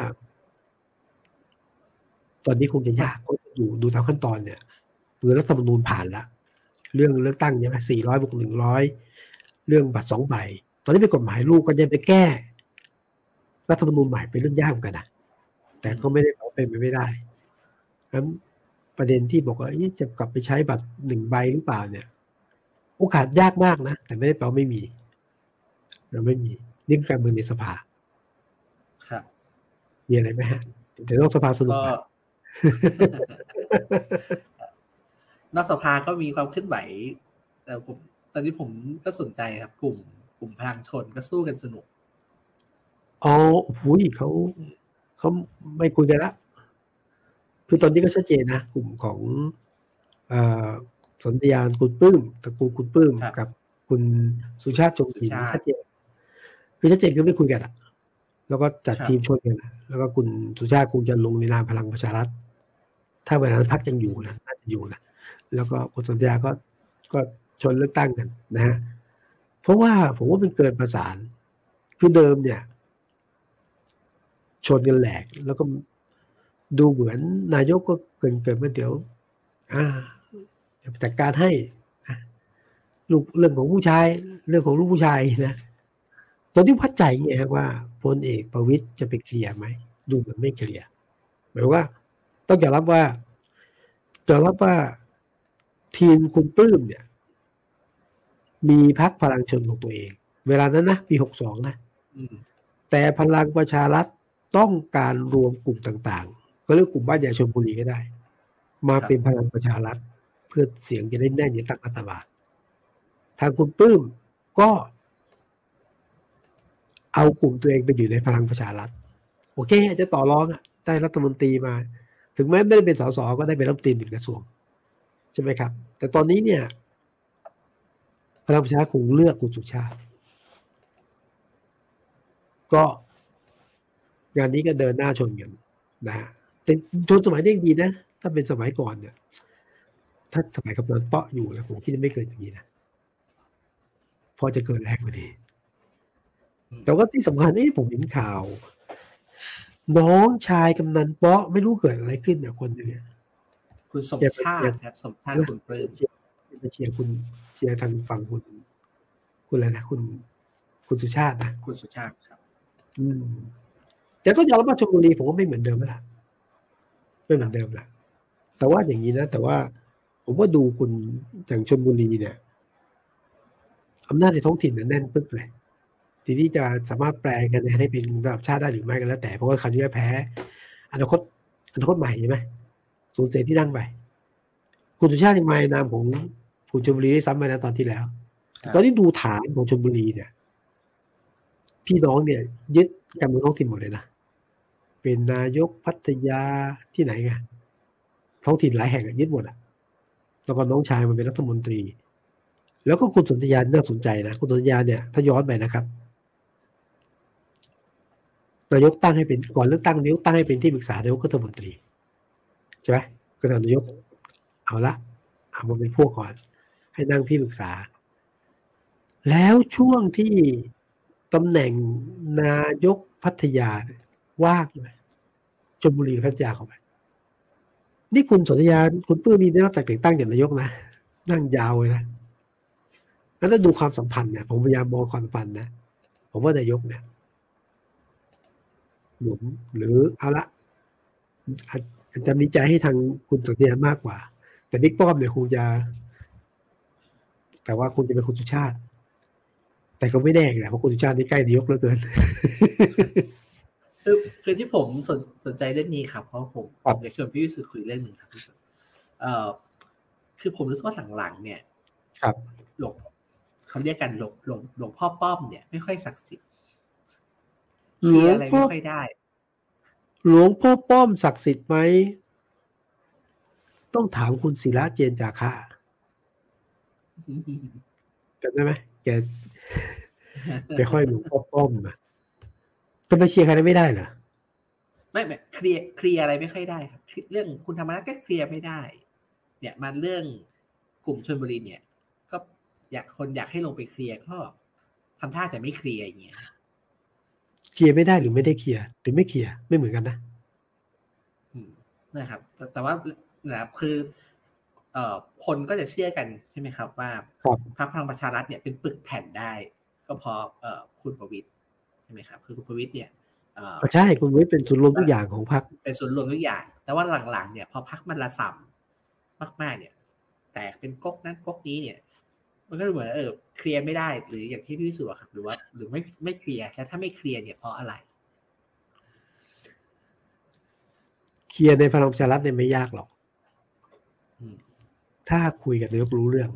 ตอนนี้คงจะยากก็ดูดูตามขั้นตอนเนี่ยคือรัฐธรรมนูญผ่านแล้วเรื่องเลือกตั้งใช่ไหมสี่ร้อยบวกหนึ่งร้อยเรื่องบัตรสองใบตอนนี้เป็นกฎหมายลูกก็จะไปแก้รัฐธรรมนูญใหม่เป็นเรื่องยากเหมือนกันนะแต่ก็ไม่ได้บอกเป็นไปไม่ได้งั้นประเด็นที่บอกว่าจะกลับไปใช้บัตรหนึ่งใบหรือเปล่าเนี่ยโอกาสยากมากนะแต่ไม่ได้แปลว่าไม่มีเราไม่มีนี่คือการเมืองในสภาครับมีอะไรไหมฮะเดี๋ยวนอกสภาสนุกอ่ะนอกสภาก็มีความเคลื่อนไหวแต่ผมตอนนี้ผมก็สนใจครับกลุ่มกลุ่มพลังชนก็สู้กันสนุกอ๋อหูยเขาเขาไม่คุยกันละคือตอนนี้ก็ชัดเจนนะกลุ่มของอ่าสนธยาคุณปลื้มตระกูลคุณปลื้มกับคุณสุชาติชมกลิ่นชัดเจนคือชัดเจนคือไม่คุยกันอ่ะแล้วก็จัดทีมชนกันแล้วก็คุณสุชาติคงจะลงในนามพลังประชารัฐถ้าเวลานั้นพรรคยังอยู่นะน่าจะอยู่นะแล้วก็คุณสนธยาก็ก็ชนเลือกตั้งกันนะฮะเพราะว่าผมว่ามันเกินประสานคือเดิมเนี่ยชนกันแหลกแล้วก็ดูเหมือนนายกก็เกินเกินมาเดี๋ยวอ่าจัดการให้ลูกเรื่องของผู้ชายเรื่องของลูกผู้ชายนะตอนที่พัดใจไงครับว่าพลเอกประวิตรจะไปเคลียร์ไหมดูเหมือนไม่เคลียร์หมายว่าต้องยอมรับว่ายอมรับว่าทีมคุณปลื้มเนี่ยมีพรรคพลังชนของตัวเองเวลานั้นนะปีหกสองนะแต่พลังประชารัฐต้องการรวมกลุ่มต่างๆก็เรียกกลุ่มบ้านใหญ่ชลบุรีก็ได้มาเป็นพลังประชารัฐเพื่อเสียงจะได้แน่นในตั้งรัฐบาลทางคุณปลื้มก็เอากลุ่มตัวเองไปอยู่ในพลังประชารัฐโอเคจะต่อรองอ่ะได้รัฐมนตรีมาถึงแม้ไม่ได้เป็นสสก็ได้เป็นรัฐมนตรีหนึ่งกระทรวงใช่ไหมครับแต่ตอนนี้เนี่ยพลังประชารัฐคงเลือกคุณสุชาติก็งานนี้ก็เดินหน้าชนกันนะฮะแต่ชนสมัยนี้ยังดีนะถ้าเป็นสมัยก่อนเนี่ยถ้าสมัยกำนันเปาะอยู่นะผมคิดว่าไม่เกิดอย่างนี้นะพอจะเกิดแรงกว่านี้แต่ว่าที่สำคัญนี่ผมเห็นข่าวน้องชายกำนันเปาะไม่รู้เกิดอะไรขึ้นเนี่ยคนนึงเนี่ยคุณสมชาติครับสมชาติคุณปลื้มไปเชียร์คุณเชียร์ทางฝั่งคุณคุณอะไรนะคุณคุณสุชาตินะคุณสุชาติครับอืมแต่ก็ยอมรับว่าชลบุรีผมว่าไม่เหมือนเดิมแล้วไม่เหมือนเดิมละแต่ว่าอย่างนี้นะแต่ว่าผมว่าดูคุณอย่างชลบุรีเนี่ยอำนาจในท้องถิ่นนั้นแน่นปึ๊กเลยทีนี้จะสามารถแปลกันให้เป็นระดับชาติได้หรือไม่กันแล้วแต่เพราะว่าคราวนี้แพ้อนาคตอนาคตใหม่ใช่ไหมสูญเสียที่นั่งไปคุณสุชาติยังมาในนามของคุณชลบุรีได้ซ้ำไปนะตอนที่แล้วตอนนี้ดูฐานของชลบุรีเนี่ยพี่น้องเนี่ยยึดการเมืองท้องถิ่นหมดเลยนะเป็นนายกพัทยาที่ไหนไงท้องถิ่นหลายแห่งยึดหมดอ่ะแล้วก็น้องชายมันเป็นรัฐมนตรีแล้วก็คุณสนธยาน่าสนใจนะคุณสนธยาเนี่ยถ้าย้อนไปนะครับนายกตั้งให้เป็นก่อนเลือกตั้งนายกตั้งให้เป็นที่ปรึกษานายกรัฐมนตรีใช่ไหมก็นายกเอาละเอามาเป็นพวกก่อนให้นั่งที่ปรึกษาแล้วช่วงที่ตำแหน่งนายกพัทยาว่างเลยชลบุรีพัทยาเข้าไปนี่คุณสนธยาคุณปื้มมีได้รับจากแต่งตั้งอย่างนายกนะนั่งยาวเลยนะแล้วถ้าดูความสัมพันธ์เนี่ยผมพยายามมองความสัมพันธ์นะผมว่านายกเนี่ยหนุนหรือเอาละอาจจะมีใจให้ทางคุณสนธยามากกว่าแต่บิ๊กป้อมเนี่ยคงจะแต่ว่าคุณจะเป็นคุณสุชาติแต่ก็ไม่แน่แหละเพราะคุณสุชาตินี่ใกล้นายกเหลือเกินคือคือที่ผมสนสนใจเรื่องนี้ครับเพราะผมอยากชวนพี่วิสุทธิ์คุยเรื่องหนึ่งครับพี่วิสุทธิ์เอ่อคือผมรู้สึกว่าหลังๆเนี่ยครับหลวงเขาเรียกกันหลวงหลวงหลวงพ่อป้อมเนี่ยไม่ค่อยศักดิ์สิทธิ์เคลียร์อะไรไม่ค่อยได้หลวงพ่อป้อมศักดิ์สิทธิ์ไหมต้องถามคุณศิระเจนจาคะจำได้ไหมแกไปค่อยหลวงพ่อป้อมนะจะไปเชียร์ใครไม่ได้เหรอไม่แบบเคลียร์เคลียร์อะไรไม่ค่อยได้ครับเรื่องคุณธรรมนัสก็เคลียร์ไม่ได้เนี่ยมาเรื่องกลุ่มชลบุรีเนี่ยก็อยากคนอยากให้ลงไปเคลียร์ก็ทำท่าจะไม่เคลียร์อย่างเงี้ยเคลียร์ไม่ได้หรือไม่ได้เคลียร์หรือไม่เคลียร์ไม่เหมือนกันนะนะครับแต่แต่ว่านะครับคือเอ่อคนก็จะเชื่อกันใช่ไหมครับว่าพรรคพลังประชารัฐเนี่ยเป็นปึกแผ่นได้ก็เพราะเอ่อคุณประวิตรใช่ไหมครับคือคุณประวิตรเนี่ยเอ่อใช่คุณประวิตรเป็นศูนย์รวมทุกอย่างของพรรคเป็นศูนย์รวมทุกอย่างแต่ว่าหลังๆเนี่ยพอพรรคมันละส่ำมากๆเนี่ยแตกเป็นก๊กนั้นก๊กนี้เนี่ยมันก็เหมือนเออเคลียร์ไม่ได้หรืออย่างที่พี่สุบอกครับหรือว่าหรือไม่ไม่เคลียร์แล้วถ้าไม่เคลียร์เนี่ยเพราะอะไรเคลียร์ในพลังประชารัฐเนี่ยไม่ยากหรอกถ้าคุยกันนายกรู้เรื่อง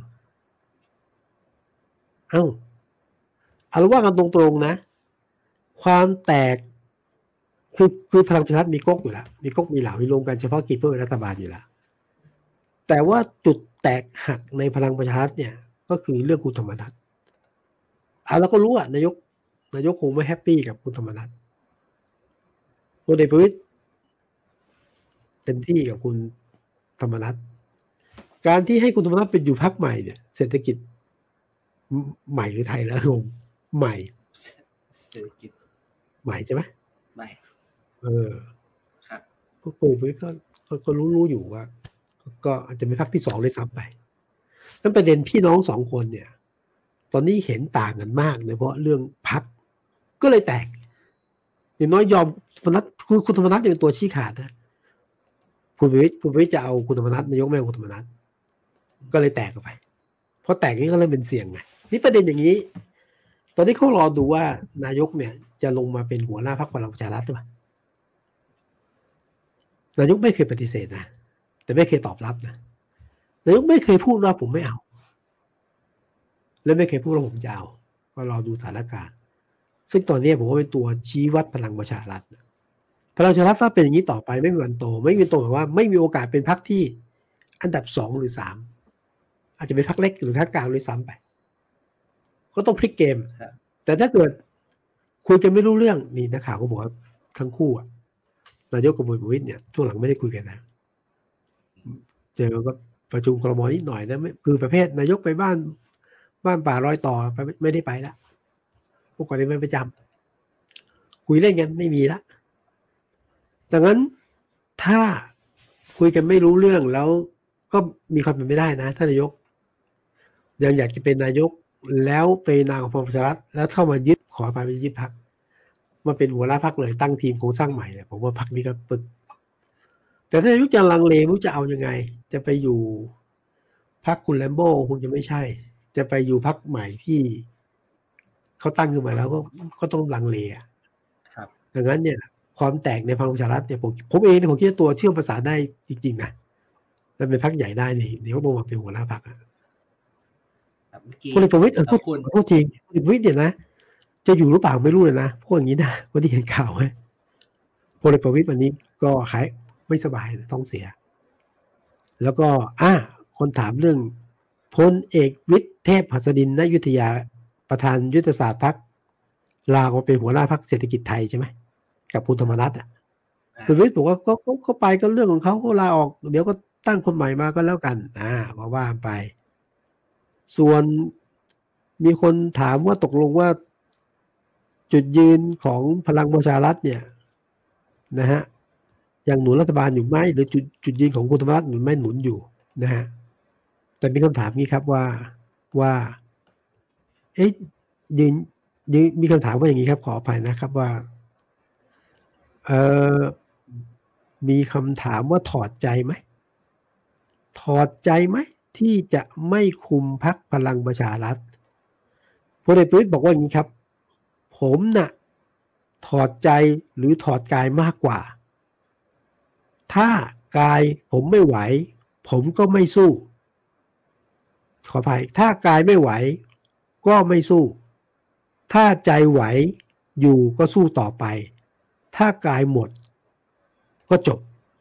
เอ้าเอาว่ากันตรงๆนะความแตกคือคือพลังประชารัฐมีก๊กอยู่แล้วมีก๊กมีเหล่ามีรวมกันเฉพาะกิจเพื่อรัฐบาลอยู่แล้วแต่ว่าจุดแตกหักในพลังประชารัฐเนี่ยก็คือเรื่องคุณธรรมนัสเอาเราก็รู้อ่ะนายกนายกคงไม่แฮปปี้กับคุณธรรมนัสพลเอกประวิตรเต็มที่กับคุณธรรมนัสการที่ให้คุณธรรมนัสเป็นอยู่พรรคใหม่เนี่ยเศรษฐกิจใหม่หรือไทยแล้วงงใหม่เศรษฐกิจใหม่ใช่ไหมใหม่เออครับพวกปุ๋ยก็ก็รู้รู้อยู่ว่าก็อาจจะเป็นพรรคที่สองเลยซ้ำไปนั่นประเด็นพี่น้องสองคนเนี่ยตอนนี้เห็นต่างกันมากเลยเพราะเรื่องพรรคก็เลยแตกอย่างน้อยยอมธรรมนัสคือคุณธรรมนัสเป็นตัวชี้ขาดนะคุณประวิตรคุณประวิตรจะเอาคุณธรรมนัสนายกแม่คุณธรรมนัสก็เลยแตกออกไปเพราะแตกนี้ก็เริ่มเป็นเสี่ยงไงนี่ประเด็นอย่างนี้ตอนนี้เขารอดูว่านายกเนี่ยจะลงมาเป็นหัวหน้าพรรคพลังประชารัฐหรือเปล่านายกไม่เคยปฏิเสธนะแต่ไม่เคยตอบรับนะนายกไม่เคยพูดว่าผมไม่เอาและไม่เคยพูดว่าผมจะเอาก็รอดูสถานการณ์ซึ่งตอนนี้ผมว่าเป็นตัวชี้วัดพลังประชารัฐพลังประชารัฐถ้าเป็นอย่างนี้ต่อไปไม่มีวันโตไม่มีโตหมายว่าไม่มีโอกาสเป็นพรรคที่อันดับสองหรือสามอาจจะเป็นพรรคเล็กหรือพรรคกลางด้วยซ้ำไปก็ต้องพลิกเกมแต่ถ้าเกิดคุยกันไม่รู้เรื่องนี่นักข่าวก็บอกว่าทั้งคู่นายกกับพลเอกประวิตรเนี่ยช่วงหลังไม่ได้คุยกันนะเจอก็ประชุมครม.นิดหน่อยนะคือประเภทนายกไปบ้านบ้านป่ารอยต่อไปไม่ได้ไปละพวกก่อนนี้ไม่ประจำคุยเล่นกันไม่มีละดังนั้นถ้าคุยกันไม่รู้เรื่องแล้วก็มีความเป็นไม่ได้นะท่านนายกยังอยากจะเป็นนายกแล้วเป็นนายกของพลังประชารัฐแล้วเข้ามายึดขอไปยึดพรรคมาเป็นหัวหน้าพรรคเลยตั้งทีมโครงสร้างใหม่เนี่ยผมว่าพรรคนี้ก็ปึกแต่ถ้านายกยังลังเลไม่รู้จะเอายังไงจะไปอยู่พรรคคุณแลมโบ้คงจะไม่ใช่จะไปอยู่พรรคใหม่ที่เขาตั้งขึ้นมาแล้วก็ก็ต้องลังเลครับดังนั้นเนี่ยความแตกในพลังประชารัฐเนี่ยผมผมเองเนี่ยผมคิดว่าตัวเชื่อมประสานได้จริงๆนะแล้วเป็นพรรคใหญ่ได้นี่เดี๋ยวก็ลงมาเป็นหัวหน้าพรรคอ่ะพลเอกประวิตรเออพูดพูดจริงพลเอกประวิตรเนี่ยนะจะอยู่หรือเปล่าไม่รู้เลยนะพวกอย่างนี้นะวันที่เห็นข่าวไหมพลเอกประวิตรวันนี้ก็ขายไม่สบายท้องเสียแล้วก็อ่ะคนถามเรื่องพลเอกวิทย์เทพหัสดินณอยุธยาประธานยุทธศาสตร์พรรคลาออกเป็นหัวหน้าพรรคเศรษฐกิจไทยใช่ไหมกับคุณธรรมนัสอ่ะคุณวิทย์บอกว่าก็เขาไปก็เรื่องของเขาเขาลาออกเดี๋ยวก็ตั้งคนใหม่มาก็แล้วกันอ่าว่าว่าไปส่วนมีคนถามว่าตกลงว่าจุดยืนของพลังประชารัฐเนี่ยนะฮะยังหนุนรัฐบาลอยู่ไหมหรือจุดจุดยืนของคุณธรรมนัสหนุนไม่หนุนอยู่นะฮะแต่มีคำถามนี้ครับว่าว่าเอ๊ะยืนยืนมีคำถามว่าอย่างนี้ครับขออภัยนะครับว่าเอ่อมีคำถามว่าถอดใจไหมถอดใจไหมที่จะไม่คุมพรรคพลังประชารัฐพลเอกประวิตรบอกว่าอย่างนี้ครับผมน่ะถอดใจหรือถอดกายมากกว่าถ้ากายผมไม่ไหวผมก็ไม่สู้ขออภัยถ้ากายไม่ไหวก็ไม่สู้ถ้าใจไหวอยู่ก็สู้ต่อไปถ้ากายหมดก็จบ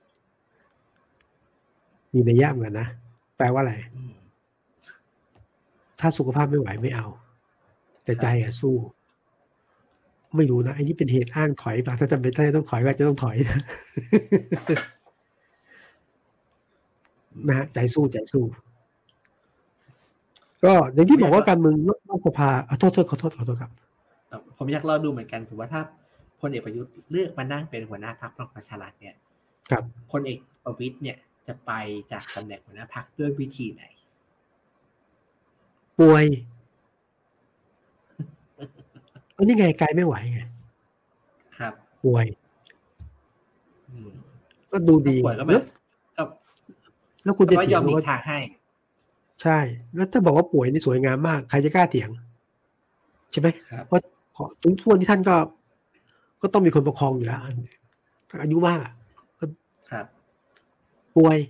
มีนัยยะเหมือนกันนะแปลว่าอะไรถ้าสุขภาพไม่ไหวไม่เอาแต่ใจอะสู้ไม่รู้นะไอ้นี่เป็นเหตุอ้างถอยป่ะถ้าจำเป็นถ้าจะต้องถอยก็จะต้องถอยนะนะฮะใจสู้ใจสู้ก็อย่างที่บอกว่าการเมืองนอกสภาโทษโทษขอโทษขอโทษครับผมอยากรอดูเหมือนกันสมมติว่าถ้าพลเอกประยุทธ์เลือกมานั่งเป็นหัวหน้าพรรคพลังประชารัฐเนี่ยครับพลเอกประวิตรเนี่ยจะไปจากตำแหน่งหัวหน้าพรรคด้วยวิธีไหนป่วยก็นี่ไงไกลไม่ไหวไงครับป่วยก็ดูดีป่วยก็แบบก็แล้วคุณจะยอมหลีกทางให้ใช่แล้วถ้าบอกว่าป่วยนี่สวยงามมากใครจะกล้าเถียงใช่ไหมเพราะทุกท่วนที่ท่านก็ก็ต้องมีคนประคองอยู่แล้วอายุมากครับป่วย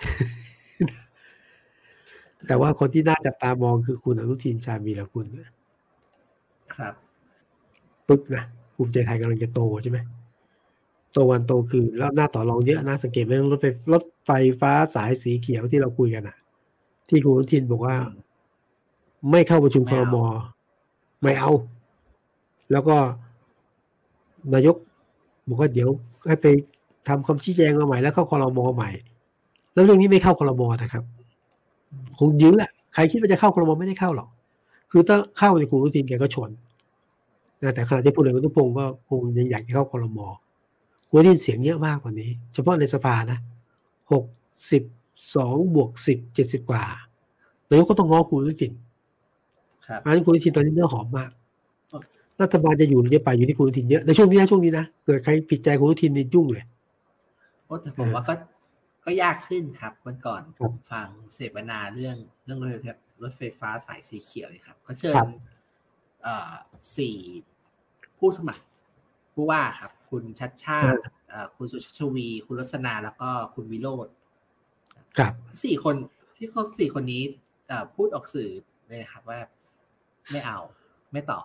แต่ว่าคนที่น่าจับตามองคือคุณอนุทินชาญวีรกุลครับปึ๊กนะภูมิใจไทยกำลังจะโตใช่ไหมโตวันโตคือแล้วหน้าต่อรองเยอะนะสังเกตไหมรถไฟรถไฟฟ้าสายสีเขียวที่เราคุยกันอ่ะที่คุณอนุทินบอกว่าไม่เข้าประชุมครม.ไม่เอาแล้วก็นายกบอกว่าเดี๋ยวให้ไปทำคำชี้แจงมาใหม่แล้วเข้าครม.ใหม่แล้วเรื่องนี้ไม่เข้าครม.นะครับคงยื้อแหละใครคิดว่าจะเข้าครม.ไม่ได้เข้าหรอกคือถ้าเข้าในคุณอนุทินแกก็ชนนะแต่ขณะที่พลเอกอนุพงศ์ก็คงยังอยากจะเข้าครม.คุณอนุทินเสียงเยอะมากกว่านี้เฉพาะในสภานะหกสิบสองบวกสิบเจ็ดสิบกว่านายกก็ต้องง้อคุณอนุทินครับอันนี้คุณอนุทินตอนนี้เนื้อหอมมากรัฐบาลจะอยู่หรือจะไปอยู่ที่คุณอนุทินเยอะในช่วงนี้นะช่วงนี้นะเกิดใครผิดใจคุณอนุทินนี่ยุ่งเลยโอ้แต่ผมว่าก็ก็ยากขึ้นครับวันก่อนผมฟังเสวนาเรื่องเรื่องรถรถไฟฟ้าสายสีเขียวนี่ครับก็เชิญเอ่อสี่ผู้สมัครผู้ว่าครับคุณชัชชาติคุณสุชวีคุณรัศนาแล้วก็คุณวิโรจน์ครับสี่คนที่เขาสี่คนนี้พูดออกสื่อเลยครับว่าไม่เอาไม่ต่อ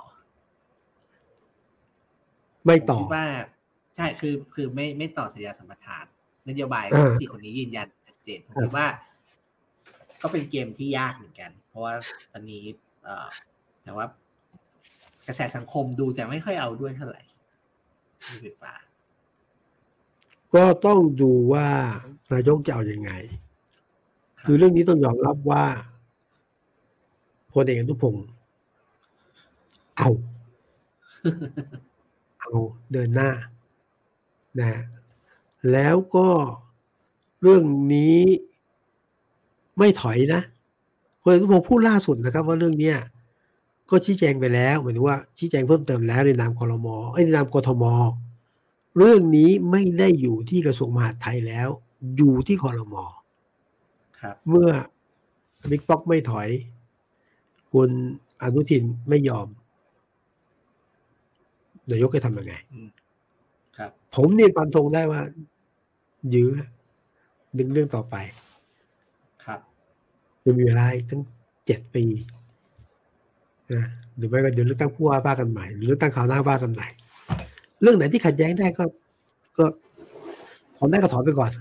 ไม่ต่อคิดว่าใช่คือคือไม่ไม่ต่อสัญญาสัมปทานนโยบายสี่คนนี้ยืนยันชัดเจนผมคิดว่าก็เป็นเกมที่ยากเหมือนกันเพราะว่าตอนนี้เอ่อแต่ว่ากระแสสังคมดูจะไม่ค่อยเอาด้วยเท่าไหร่ไฟฟ้าก็ต้องดูว่านายกจะเอายังไงคือเรื่องนี้ต้องยอมรับว่าพลเอกอนุพงศ์เอาเอาเดินหน้านะแล้วก็เรื่องนี้ไม่ถอยนะพลเอกอนุพงศ์พูดล่าสุดนะครับว่าเรื่องนี้ก็ชี้แจงไปแล้วหมายถึงว่าชี้แจงเพิ่มเติมแล้วในนามครม.เอ้ยในนามกทม.เรื่องนี้ไม่ได้อยู่ที่กระทรวงมหาดไทยแล้วอยู่ที่ครม. ครับเมื่อบิ๊กป๊อกไม่ถอยคุณอนุทินไม่ยอมนายกจะทำยังไงครับผมเนี่ยฟันธงได้ว่ายื้อดึงเรื่องต่อไปครับจะมีเวลาตั้งเจ็ดปีนะหรือไม่ก็เดี๋ยวเลือกตั้งผู้ว่าบ้ากันใหม่หรือเลือกตั้งคราวหน้าบ้ากันใหม่เรื่องไหนที่ขัดแย้งได้ก็ก็ถอนได้ก็ถอนไปก่อน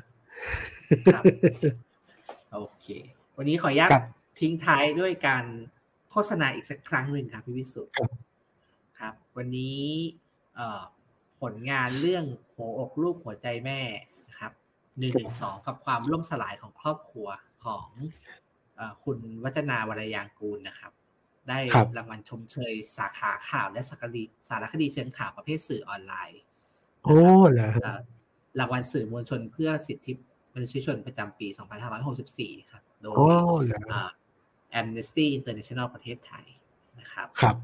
โอเควันนี้ขออนุญาตทิ้งท้ายด้วยการโฆษณาอีกสักครั้งหนึ่งครับพี่วิสุทธิ์ครับวันนี้ผลงานเรื่องหัวอกลูกหัวใจแม่นะครับหนึ่งหนึ่งสองกับความล่มสลายของครอบครัวของคุณวัจนาวรยางกูลนะครับได้รางวัลชมเชยสาขาข่าวและสารคดีสารคดีเชิงข่าวประเภทสื่อออนไลน์โอ้เหรอรางวัลสื่อมวลชนเพื่อสิทธิมนุษยชนประจำปีสองพันห้าร้อยหกสิบสี่ครับโดย Amnesty International ประเทศไทยนะครับครับ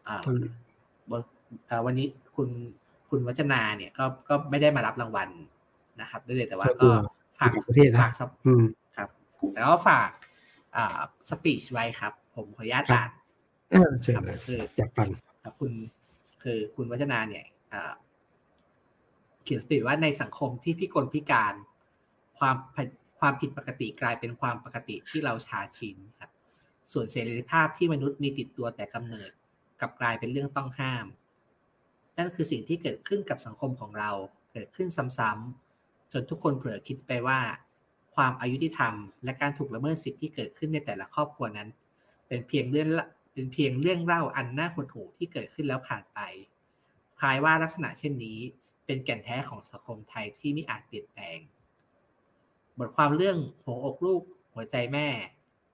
วันนี้คุณคุณวัจนาเนี่ยก็ก็ไม่ได้มารับรางวัลนะครับด้วยแต่ว่าก็ฝากฝากครับแล้วก็ฝากสปีชไว้ครับผมขออนุญาตอ่านครับคืออยากฟังครับคุณคือคุณวัจนาเนี่ยเขียนสปีชว่าในสังคมที่พิกลพิการความความผิดปกติกลายเป็นความปกติที่เราชาชินครับส่วนเสรีภาพที่มนุษย์มีติดตัวแต่กำเนิดกลับกลายเป็นเรื่องต้องห้ามนั่นคือสิ่งที่เกิดขึ้นกับสังคมของเราเกิดขึ้นซ้ำๆจนทุกคนเผลอคิดไปว่าความอายุติธรรมและการถูกละเมิดสิทธิที่เกิดขึ้นในแต่ละครอบครัวนั้นเป็นเพียงเรื่องเป็นเพียงเรื่องเล่าอันน่าหดหู่ที่เกิดขึ้นแล้วผ่านไปคล้ายว่าลักษณะเช่นนี้เป็นแก่นแท้ของสังคมไทยที่ไม่อาจเปลี่ยนแปลงบทความเรื่องหัวอกลูกหัวใจแม่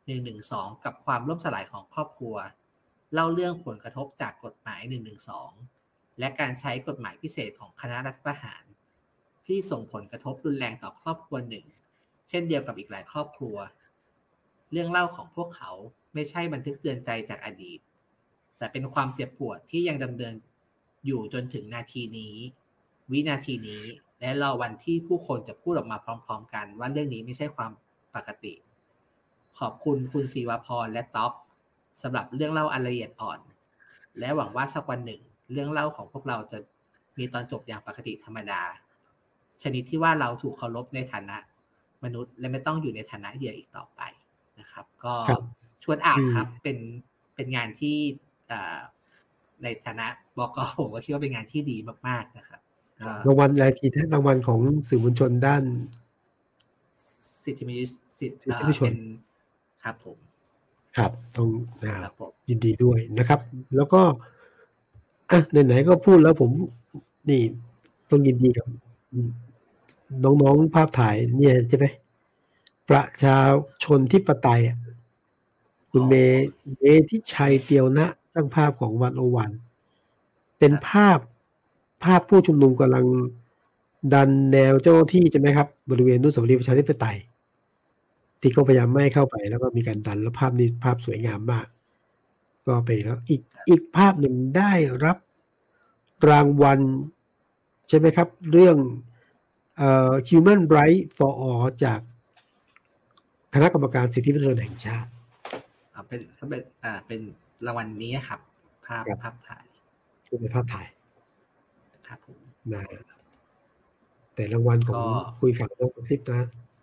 หนึ่งหนึ่งสองกับความล่มสลายของครอบครัวเล่าเรื่องผลกระทบจากกฎหมายหนึ่งหนึ่งสองและการใช้กฎหมายพิเศษของคณะรัฐประหารที่ส่งผลกระทบรุนแรงต่อครอบครัวหนึ่งเช่นเดียวกับอีกหลายครอบครัวเรื่องเล่าของพวกเขาไม่ใช่บันทึกเตือนใจจากอดีตแต่เป็นความเจ็บปวดที่ยังดำเนินอยู่จนถึงนาทีนี้วินาทีนี้และรอวันที่ผู้คนจะพูดออกมาพร้อมๆกันว่าเรื่องนี้ไม่ใช่ความปกติขอบคุณคุณศิวพรและต๊อกสำหรับเรื่องเล่าอันละเอียดอ่อนและหวังว่าสักวันหนึ่งเรื่องเล่าของพวกเราจะมีตอนจบอย่างปกติธรรมดาชนิดที่ว่าเราถูกเคารพในฐานะมนุษย์และไม่ต้องอยู่ในฐานะเหยื่ออีกต่อไปนะครับก็ชวนอ่านครับเป็นเป็นงานที่ในฐานะบก.ผมก็คิดว่าเป็นงานที่ดีมากๆนะครับรางวัลอะไรทีนะรางวัลของสื่อมวลชนด้านสิทธิมนุษยชนครับผมครับต้องยินดีด้วยนะครับแล้วก็อ่ะไหนๆก็พูดแล้วผมนี่ต้องยินดีกับน้องๆภาพถ่ายเนี่ยใช่ไหมประชาชนทิปไตยคุณเมย์เมธิชัยเตียวนะช่างภาพของวันโอวันเป็นภาพภาพผู้ชุมนุมกำลังดันแนวเจ้าหน้าที่ใช่ไหมครับบริเวณอนุสาวรีย์ประชาธิปไตยที่เขาพยายามไม่เข้าไปแล้วก็มีการดันแล้วภาพนี้ภาพสวยงามมากก็ไปแล้วอีกอีกภาพหนึ่งได้รับรางวัลใช่ไหมครับเรื่องเอ่อ Human Rights for All จากคณะกรรมการสิทธิมนุษยชนแห่งชาติอ่าเป็นเป็นอ่าเป็นรางวัลนี้ครับภาพภาพถ่ายเป็นภาพถ่ายครับผมนะแต่รางวัลของคุยข่าวต้องคลิปนะ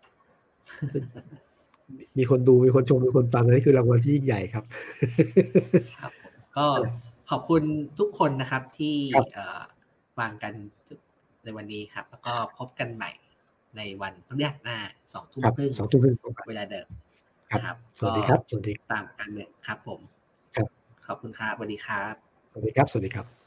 มีคนดูมีคนชมมีคนฟังนี่คือรางวัลที่ยิ่งใหญ่ครับครับก็ขอบคุณทุกคนนะครับที่ฟังกันในวันนี้ครับแล้วก็พบกันใหม่ในวันพฤหัสหน้าสองทุ่มครึ่งสองทุ่มครึ่งเวลาเดิมครับสวัสดีครับสวัสดีตามกันเนี่ยครับผมครับขอบคุณครับสวัสดีครับสวัสดีครับสวัสดีครับ